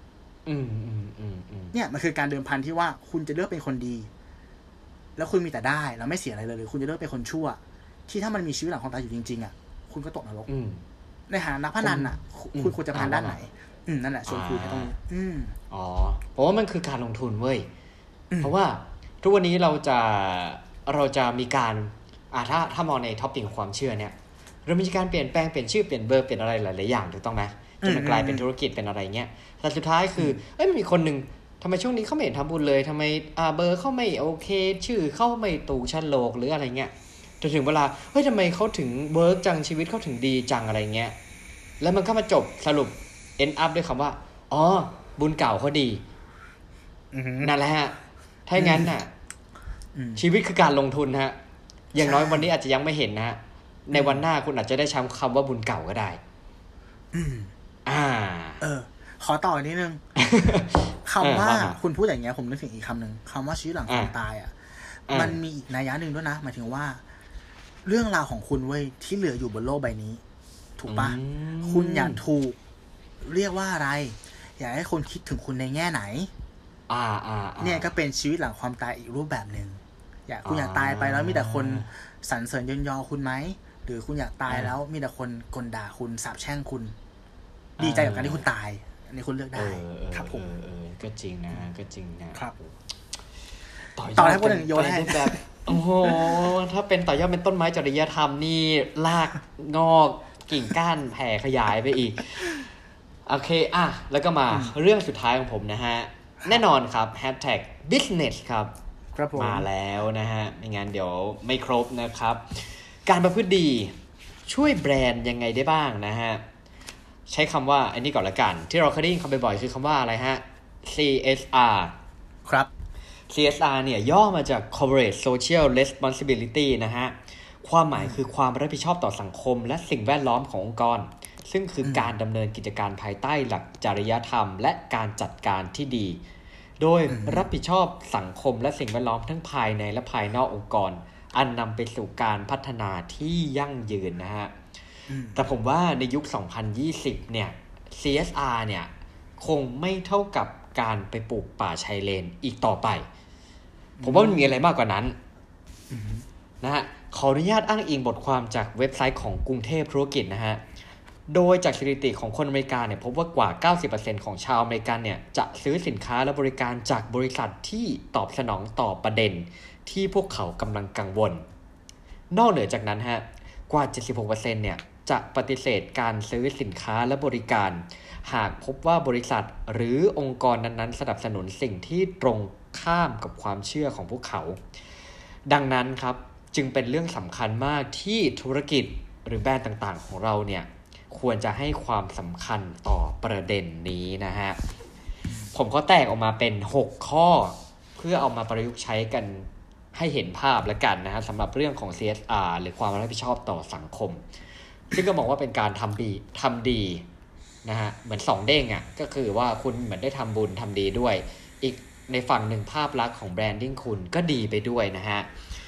เนี่ยมันคือการเดิมพันที่ว่าคุณจะเลือกเป็นคนดีแล้วคุณมีแต่ได้แล้วไม่เสียอะไรเลยหรือคุณจะเลือกเป็นคนชั่วที่ถ้ามันมีชีวิตหลังความตายอยู่จริงๆอ่ะคุณก็ตกนรกในฐานะนักพนันอ่ะคุณควรจะพนันด้านไหนอืมนั่นแหละชวนคุยกันตรงนี้อืมอ๋อเพราะว่ามันคือการลงทุนเว้ยเพราะว่าทุกวันนี้เราจะเราจะมีการอ่าถ้าถ้ามองในท็อปปิ้งของความเชื่อเนี่ยเรามีการเปลี่ยนแปลงเปลี่ยนชื่อเปลี่ยนเบอร์เปลี่ยนอะไรหลายๆอย่างถูกต้องไหมจนมันกลายเป็นธุรกิจเป็นอะไรเงี้ยแต่สุดท้ายคือเอ้ยมันมีคนหนึ่งทำไมช่วงนี้เขาไม่เห็นทำบุญเลยทำไมอ่าเบอร์เขาไม่โอเคชื่อเขาไม่ถูกชั้นโลกหรืออะไรเงี้ยจนถึงเวลาเฮ้ยทำไมเขาถึงเวิร์กจังชีวิตเขาถึงดีจังอะไรเงี้ยแล้วมันก็มาจบสรุป end up ด้วยคำว่าอ๋อบุญเก่าเขาดีนั่นแหละฮะถ้าอย่างนั้นน่ะชีวิตคือการลงทุนฮะอย่างน้อยวันนี้อาจจะยังไม่เห็นนะในวันหน้าคุณอาจจะได้ใช้คำว่าบุญเก่าก็ได้อ่าเออขอต่อนิดนึงคำว่าคุณพูดอย่างเงี้ยผมนึกถึงอีกคำหนึ่งคำว่าชีวิตหลังความตายอ่ะมันมีอีกนัยยะหนึ่งด้วยนะหมายถึงว่าเรื่องราวของคุณเว้ยที่เหลืออยู่บนโลกใบนี้ถูกปะคุณอยากถูกเรียกว่าอะไรอยากให้คนคิดถึงคุณในแง่ไหนอ่าอ่าเนี่ยก็เป็นชีวิตหลังความตายอีกรูปแบบหนึ่งอยากคุณอยากตายไปแล้วมีแต่คนสรรเสริญเยินยอคุณไหมหรือคุณอยากตายแล้วมีแต่คนกลด่าคุณสาปแช่งคุณดีใจกับการที่คุณตายอันนี้คุณเลือกได้ครับผมเออก็จริงนะก็จริงนะครับต่อให้คนหนึ่งโยนให้แบบโอ้โหถ้าเป็นต่อยอดเป็นต้นไม้จริยธรรมนี่รากงอกกิ่งก้านแผ่ขยายไปอีกโอเคอ่ะแล้วก็มาเรื่องสุดท้ายของผมนะฮะแน่นอนครับ แฮชแท็ก บิสเนส ครับมาแล้วนะฮะไม่งั้นเดี๋ยวไม่ครบนะครับการประพฤติดีช่วยแบรนด์ยังไงได้บ้างนะฮะใช้คำว่าอันนี้ก่อนละกันที่เราเคยได้ยินคำบ่อยๆคือคำว่าอะไรฮะ ซี เอส อาร์ครับซี เอส อาร์ เนี่ยย่อมาจาก Corporate Social Responsibility นะฮะความหมายคือความรับผิดชอบต่อสังคมและสิ่งแวดล้อมขององค์กรซึ่งคือการดำเนินกิจการภายใต้หลักจริยธรรมและการจัดการที่ดีโดยรับผิดชอบสังคมและสิ่งแวดล้อมทั้งภายในและภายนอกองค์กรอันนำไปสู่การพัฒนาที่ยั่งยืนนะฮะแต่ผมว่าในยุคสองพันยี่สิบเนี่ย ซี เอส อาร์ เนี่ยคงไม่เท่ากับการไปปลูกป่าชายเลนอีกต่อไปผมว่ามันมีอะไรมากกว่านั้นนะฮะขออนุญาตอ้างอิงบทความจากเว็บไซต์ของกรุงเทพธุรกิจนะฮะโดยจากสถิติของคนอเมริกันเนี่ยพบว่ากว่า เก้าสิบเปอร์เซ็นต์ ของชาวอเมริกันเนี่ยจะซื้อสินค้าและบริการจากบริษัทที่ตอบสนองต่อประเด็นที่พวกเขากำลังกังวลนอกเหนือจากนั้นฮะกว่า เจ็ดสิบหกเปอร์เซ็นต์ เนี่ยจะปฏิเสธการซื้อสินค้าและบริการหากพบว่าบริษัทหรือองค์กรนั้นๆสนับสนุนสิ่งที่ตรงข้ามกับความเชื่อของพวกเขาดังนั้นครับจึงเป็นเรื่องสำคัญมากที่ธุรกิจหรือแบรนด์ต่างๆของเราเนี่ยควรจะให้ความสำคัญต่อประเด็นนี้นะฮะผมก็แตกออกมาเป็นหกข้อเพื่อเอามาประยุกต์ใช้กันให้เห็นภาพแล้วกันนะฮะสำหรับเรื่องของ ซี เอส อาร์ หรือความรับผิดชอบต่อสังคมซึ่งก็มองว่าเป็นการทำดีทำดีนะฮะเหมือนสองเด้งอ่ะก็คือว่าคุณเหมือนได้ทำบุญทำดีด้วยอีกในฝั่งหนึ่งภาพลักษณ์ของแบรนดิ้งคุณก็ดีไปด้วยนะฮะ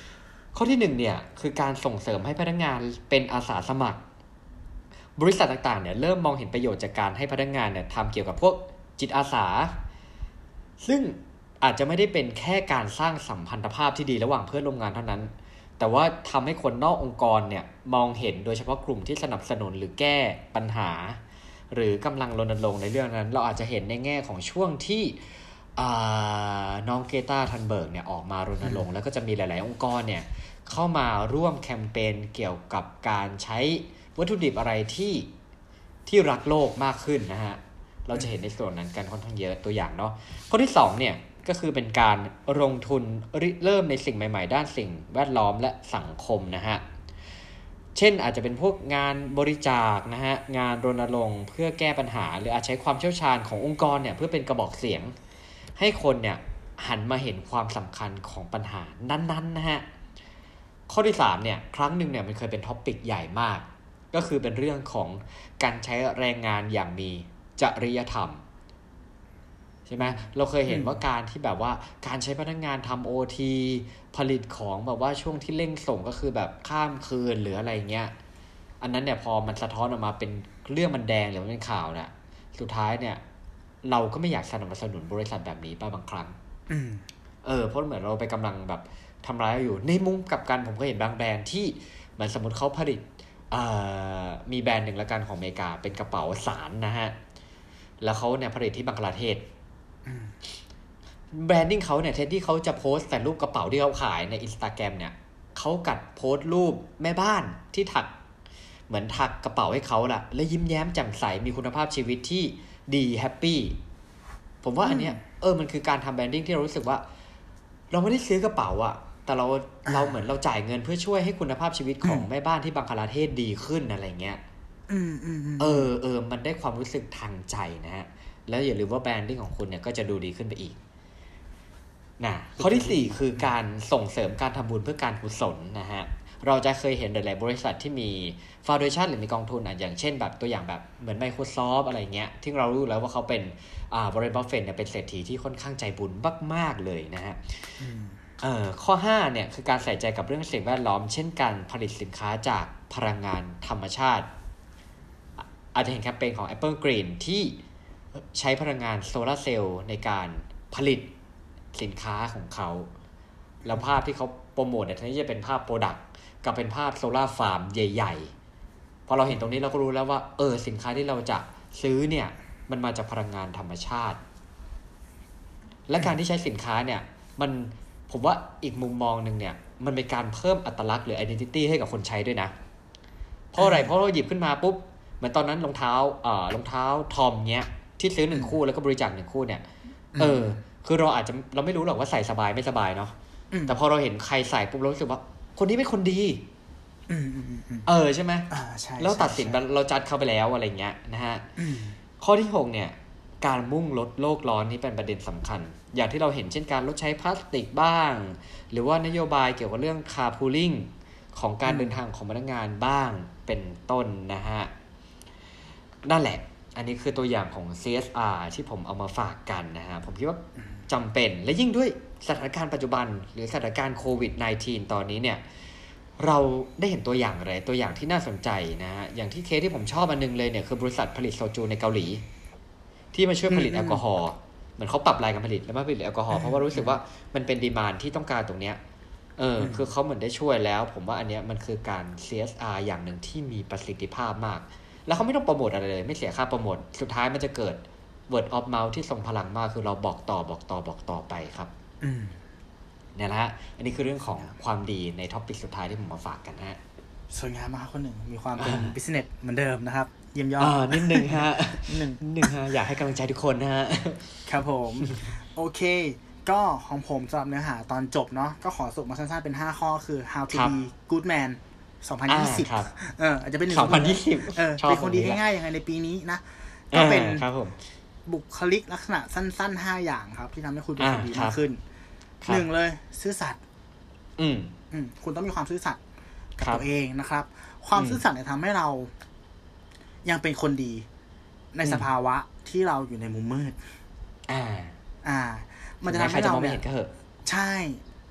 ข้อที่หนึ่งเนี่ยคือการส่งเสริมให้พนักงานเป็นอาสาสมัครบริษัทต่างๆเนี่ยเริ่มมองเห็นประโยชน์จากการให้พนักงานเนี่ยทำเกี่ยวกับพวกจิตอาสาซึ่งอาจจะไม่ได้เป็นแค่การสร้างสัมพันธภาพที่ดีระหว่างเพื่อนร่วมงานเท่านั้นแต่ว่าทำให้คนนอกองค์กรเนี่ยมองเห็นโดยเฉพาะกลุ่มที่สนับสนุนหรือแก้ปัญหาหรือกำลังรณรงค์ในเรื่องนั้นเราอาจจะเห็นในแง่ของช่วงที่น้องเกตาทันเบิร์กเนี่ยออกมารณรงค์แล้วก็จะมีหลายๆองค์กรเนี่ยเข้ามาร่วมแคมเปญเกี่ยวกับการใช้วัตถุดิบอะไรที่ที่รักโลกมากขึ้นนะฮะเราจะเห็นในส่วนนั้นกันค่อนข้างเยอะตัวอย่างเนาะข้อที่สองเนี่ยก็คือเป็นการลงทุนริเริ่มในสิ่งใหม่ๆด้านสิ่งแวดล้อมและสังคมนะฮะเช่นอาจจะเป็นพวกงานบริจาคนะฮะงานรณรงค์เพื่อแก้ปัญหาหรืออาจใช้ความเชี่ยวชาญขององค์กรเนี่ยเพื่อเป็นกระบอกเสียงให้คนเนี่ยหันมาเห็นความสำคัญของปัญหานั้นๆนะฮะข้อที่สามเนี่ยครั้งหนึ่งเนี่ยมันเคยเป็นท็อปปิกใหญ่มากก็คือเป็นเรื่องของการใช้แรงงานอย่างมีจริยธรรมใช่ไหมเราเคยเห็นว่าการที่แบบว่าการใช้พนักงานทำ โอ ที ผลิตของแบบว่าช่วงที่เร่งส่งก็คือแบบข้ามคืนหรืออะไรเงี้ยอันนั้นเนี่ยพอมันสะท้อนออกมาเป็นเรื่องมันแดงหรือมันเป็นข่าวเนี่ยสุดท้ายเนี่ยเราก็ไม่อยากสนับสนุนบริษัทแบบนี้ป่ะบางครั้งเออเพราะเหมือนเราไปกำลังแบบทำร้ายอยู่ในมุมกลับกันผมก็เห็นบางแบรนด์ที่เหมือนสมมติเขาผลิตมีแบรนด์หนึ่งละกันของอเมริกาเป็นกระเป๋าสารนะฮะแล้วเขาเนี่ยผลิตที่บังกลาเทศแบรนดิ้งเขาเนี่ยแทนที่เขาจะโพสต์แต่รูปกระเป๋าที่เขาขายใน Instagram เนี่ยเขากัดโพสต์รูปแม่บ้านที่ถักเหมือนถักกระเป๋าให้เขาล่ะและยิ้มแย้มแจ่มใสมีคุณภาพชีวิตที่ดีแฮปปี้ผมว่าอันเนี้ยเออมันคือการทำแบรนดิ้งที่เรารู้สึกว่าเราไม่ได้ซื้อกระเป๋าอะแต่เราเราเหมือนเราจ่ายเงินเพื่อช่วยให้คุณภาพชีวิตของแม่บ้านที่บังกลาเทศดีขึ้นอะไรเงี้ยเออเออมันได้ความรู้สึกทางใจนะฮะแล้วอย่าลืมว่าแบรนดิ้งของคุณเนี่ยก็จะดูดีขึ้นไปอีกนะข้อที่สี่คือการส่งเสริมการทำบุญเพื่อการกุศลนะฮะเราจะเคยเห็นหลายๆบริษัทที่มีฟาวเดชั่นหรือมีกองทุนอ่ะอย่างเช่นแบบตัวอย่างแบบเหมือน Microsoft อะไรเงี้ยที่เรารู้แล้วว่าเขาเป็นอ่าวอร์เรน บัฟเฟตต์เนี่ยเป็นเศรษฐีที่ค่อนข้างใจบุญมากๆเลยนะฮะเอ่อข้อห้าเนี่ยคือการใส่ใจกับเรื่องสิ่งแวดล้อมเช่นการผลิตสินค้าจากพลังงานธรรมชาติอาจจะเห็นแคมเปญของ Apple Green ที่ใช้พลังงานโซลาร์เซลล์ในการผลิตสินค้าของเขาแล้วภาพที่เขาโปรโมทเนี่ยแทนที่จะเป็นภาพโปรดักต์กับเป็นภาพโซลาร์ฟาร์มใหญ่ๆพอเราเห็นตรงนี้เราก็รู้แล้วว่าเออสินค้าที่เราจะซื้อเนี่ยมันมาจากพลังงานธรรมชาติและการที่ใช้สินค้าเนี่ยมันผมว่าอีกมุมมองนึงเนี่ยมันเป็นการเพิ่มอัตลักษณ์หรือ identity ให้กับคนใช้ด้วยนะเพราะอะไรเพราะเราหยิบขึ้นมาปุ๊บเหมือนตอนนั้นรองเท้าเอ่อรองเท้าทอมเงี้ยที่ซื้อหนึ่งคู่แล้วก็บริจาคหนึ่งคู่เนี่ยเออคือเราอาจจะเราไม่รู้หรอกว่าใส่สบายไม่สบายเนาะแต่พอเราเห็นใครใส่ปุ๊บเรารู้สึกว่าคนนี้เป็นคนดีเออใช่ไหมแล้วตัดสินเราจัดเข้าไปแล้วอะไรเงี้ยนะฮะข้อที่หกเนี่ยการมุ่งลดโลกร้อนนี่เป็นประเด็นสำคัญอย่างที่เราเห็นเช่นการลดใช้พลาสติกบ้างหรือว่านโยบายเกี่ยวกับเรื่องคาร์พูลลิ่งของการเดินทางของพนักงานบ้างเป็นต้นนะฮะนั่นแหละอันนี้คือตัวอย่างของ ซี เอส อาร์ ที่ผมเอามาฝากกันนะฮะผมคิดว่าจำเป็นและยิ่งด้วยสถานการณ์ปัจจุบันหรือสถานการณ์โควิด สิบเก้า ตอนนี้เนี่ยเราได้เห็นตัวอย่างอะไรตัวอย่างที่น่าสนใจนะฮะอย่างที่เคสที่ผมชอบอันนึงเลยเนี่ยคือบริษัทผลิตโซจูในเกาหลีที่มาช่วยผลิตแอลกอฮอล์เหมือนเขาปรับรายการผลิตแล้วมาผลิตแอลกอฮอล์เพราะว่ารู้สึกว่ามันเป็นดีมานด์ที่ต้องการตรงเนี้ยเออคือเขาเหมือนได้ช่วยแล้วผมว่าอันเนี้ยมันคือการ ซี เอส อาร์ อย่างหนึ่งที่มีประสิทธิภาพมากแล้วเขาไม่ต้องโปรโมทอะไรเลยไม่เสียค่าโปรโมทสุดท้ายมันจะเกิด word of mouth ที่ทรงพลังมากคือเราบอกต่อบอกต่อบอกต่อไปครับเนี่ยแหละอันนี้คือเรื่องของความดีในท็อปิกสุดท้ายที่ผมมาฝากกันฮะสวยงามมากคนหนึ่งมีความเป็น business เหมือนเดิมนะครับเยี่ยมยอดนิดนึงฮะนิดนึงนิดนึงฮะอยากให้กำลังใจทุกคนนะฮะครับผมโอเคก็ของผมสำหรับเนื้อหาตอนจบเนาะก็ขอสรุปมาสั้นๆเป็นห้าข้อคือ how to be good man สองพันยี่สิบเอออาจจะเป็นสองพันยี่สิบเออเป็นคนดีง่ายๆยังไงในปีนี้นะก็เป็นครับผมบุคลิกลักษณะสั้นๆห้าอย่างครับที่ทำให้คุณเป็นคนดีมากขึ้นหนึ่งเลยซื่อสัตย์อืมอืมคุณต้องมีความซื่อสัตย์กับตัวเองนะครับความซื่อสัตย์เนี่ยทำให้เรายังเป็นคนดีในสภาวะที่เราอยู่ในมุมมืดอ่าอ่ามันจะทำให้เราเนี่ยใช่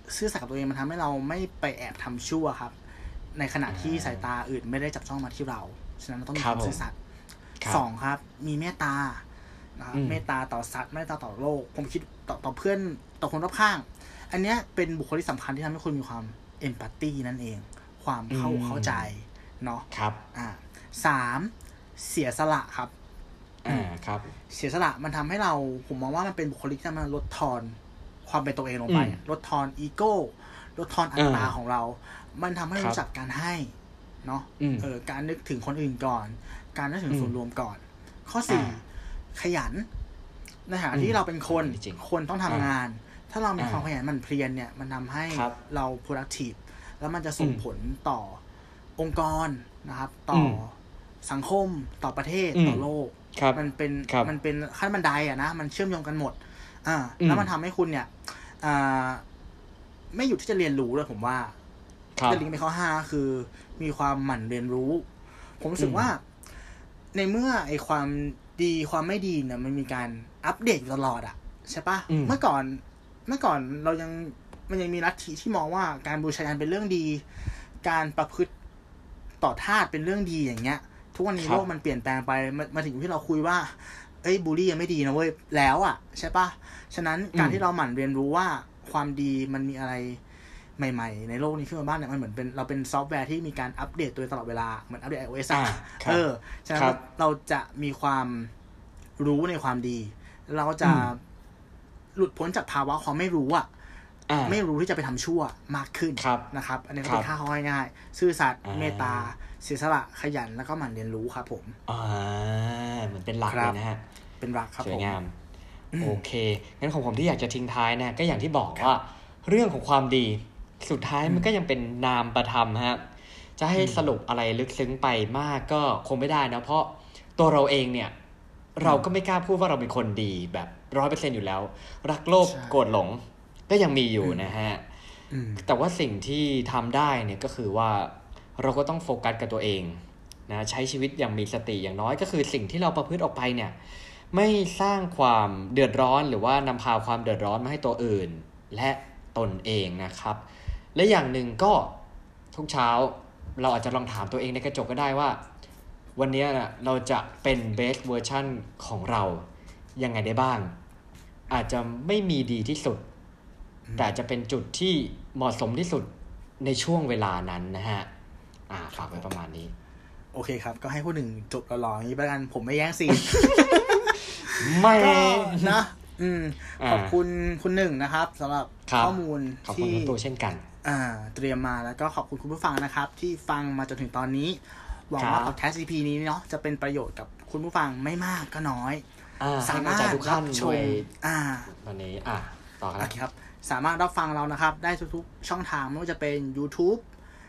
ซื่อสัตย์กับตัวเองมันทำให้เราไม่ไปแอบทำชั่วครับในขณะที่สายตาอื่นไม่ได้จับจ้องมาที่เราฉะนั้นเราต้องมีความซื่อสัตย์สองครับมีเมตตานะครับเมตตาต่อสัตว์เมตตาต่อโลกผมคิดต่อต่อเพื่อนต่อคนรอบข้างอันนี้เป็นบุคลิกสำคัญที่ทำให้คุณมีความเอมพัตตีนั่นเองความเข้าเข้าใจเนาะครับอ่าสามเสียสละครับอ่าครับเสียสละมันทำให้เราผมมองว่ามันเป็นบุคลิกที่มันลดทอนความเป็นตัวเองลงไปลดทอนอีโก้ลดทอนอัตตาของเรามันทำให้รู้จักการให้เนาะเออการนึกถึงคนอื่นก่อนการนึกถึงส่วนรวมก่อนข้อสี่ขยันในฐานะที่เราเป็นคนคนต้องทำงานถ้าเรามีความขยันหมั่นเพียรเนี่ยมันทำให้เรา productive แล้วมันจะส่งผลต่อองค์กรนะครับต่อสังคมต่อประเทศต่อโลกมันเป็นมันเป็นขั้นบันไดอะนะมันเชื่อมโยงกันหมดอ่าแล้วมันทำให้คุณเนี่ยอ่าไม่หยุดที่จะเรียนรู้เลยผมว่าจะลิงก์ไปข้อห้าคือมีความหมั่นเรียนรู้ผมรู้สึกว่าในเมื่อไอความดีความไม่ดีเนี่ยมันมีการอัปเดตตลอดอะใช่ปะเมื่อก่อนเมื่อก่อนเรายังมันยังมีลัทธิที่มองว่าการบูชายันเป็นเรื่องดีการประพฤติต่อทาสเป็นเรื่องดีอย่างเงี้ยทุกวันนี้โลกมันเปลี่ยนแปลงไปมาถึงที่เราคุยว่าเอ้ยบูลลี่ยังไม่ดีนะเว้ยแล้วอ่ะใช่ปะฉะนั้นการที่เราหมั่นเรียนรู้ว่าความดีมันมีอะไรใหม่ๆในโลกนี้ขึ้นมาบ้างเนี่ยมันเหมือนเป็นเราเป็นซอฟต์แวร์ที่มีการอัปเดตตัวตลอดเวลาเหมือนอัปเดต iOS อ่ะเออฉะนั้นเราจะมีความรู้ในความดีเราจะหลุดพ้นจากภาวะความไม่รู้อ่ะไม่รู้ที่จะไปทำชั่วมากขึ้นนะครับอันนี้ก็เป็นค่าข้อง่ายๆซื่อสัตย์เมตตาเสียสละขยันแล้วก็หมั่นเรียนรู้ครับผมอ่าเหมือนเป็นหลักเลยนะฮะเป็นหลักครับสวยงามโอเคงั้นของผมที่อยากจะทิ้งท้ายนะก็อย่างที่บอกว่าเรื่องของความดีสุดท้ายมันก็ยังเป็นนามประธรรมฮะจะให้สรุปอะไรลึกซึ้งไปมากก็คงไม่ได้นะเพราะตัวเราเองเนี่ยเราก็ไม่กล้าพูดว่าเราเป็นคนดีแบบ ร้อยเปอร์เซ็นต์ อยู่แล้วรักโลภโกรธหลงก็ยังมีอยู่นะฮะแต่ว่าสิ่งที่ทำได้เนี่ยก็คือว่าเราก็ต้องโฟกัสกับตัวเองนะใช้ชีวิตอย่างมีสติอย่างน้อยก็คือสิ่งที่เราประพฤติออกไปเนี่ยไม่สร้างความเดือดร้อนหรือว่านำพาความเดือดร้อนมาให้ตัวอื่นและตนเองนะครับและอย่างหนึ่งก็ทุกเช้าเราอาจจะลองถามตัวเองในกระจกก็ได้ว่าวันนี้นะเราจะเป็น best version ของเรายังไงได้บ้างอาจจะไม่มีดีที่สุดแต่จะเป็นจุดที่เหมาะสมที่สุดในช่วงเวลานั้นนะฮะอ่าฝากไว้ประมาณนี้โอเคครับก็ให้ผู้หนึ่งจบหล่อๆอย่างนี้ไปกันผมไม่แย่งซีนไม่นะอืมขอบคุณคุณหนึ่งนะครับสำหรับข้อมูลที่ตัวเช่นกันอ่าเตรียมมาแล้วก็ขอบคุณคุณผู้ฟังนะครับที่ฟังมาจนถึงตอนนี้หวังว่าพอดแคสต์ อี พี นี้เนาะจะเป็นประโยชน์กับคุณผู้ฟังไม่มากก็น้อยสามารถรับชมอ่าตอนนี้อ่ะต่อครับสามารถรับฟังเรานะครับได้ทุกๆช่องทางไม่ว่าจะเป็น YouTube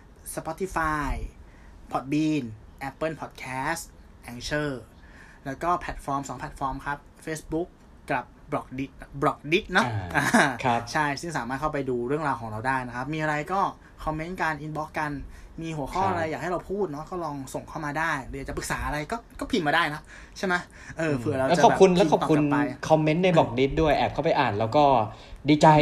Spotify Podbean Apple Podcast Anchor แล้วก็แพลตฟอร์มสองแพลตฟอร์มครับ Facebook กับ Blockdit Blockdit เนาะใช่ซึ่งสามารถเข้าไปดูเรื่องราวของเราได้นะครับมีอะไรก็คอมเมนต์กันอินบ็อกซ์กันมีหัวข้ออะไรอยากให้เราพูดเนาะก็ลองส่งเข้ามาได้หรือจะปรึกษาอะไรก็ก็พิมพ์มาได้นะใช่ไหมเออเผื่อเราจะขอบคุณและขอบคุณคอมเมนต์ในบล็อกดิสด้วยแอบเข้าไปอ่านแล้วก็ดีใจ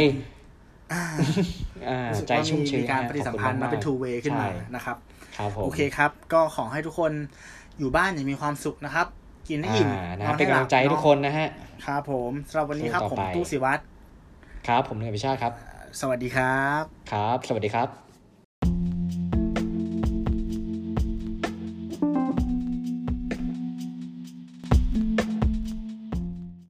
ใจชุ่มชื้นมีการปฏิสัมพันธ์มาเป็น two way ขึ้นมานะครับโอเคครับก็ขอให้ทุกคนอยู่บ้านอย่างมีความสุขนะครับกินให้อิ่มนอนเป็นกำลังใจทุกคนนะฮะครับผมสำหรับวันนี้ครับผมตู้ศิวัตรครับผมเนยพิชาติครับสวัสดีครับครับสวัสดีครับ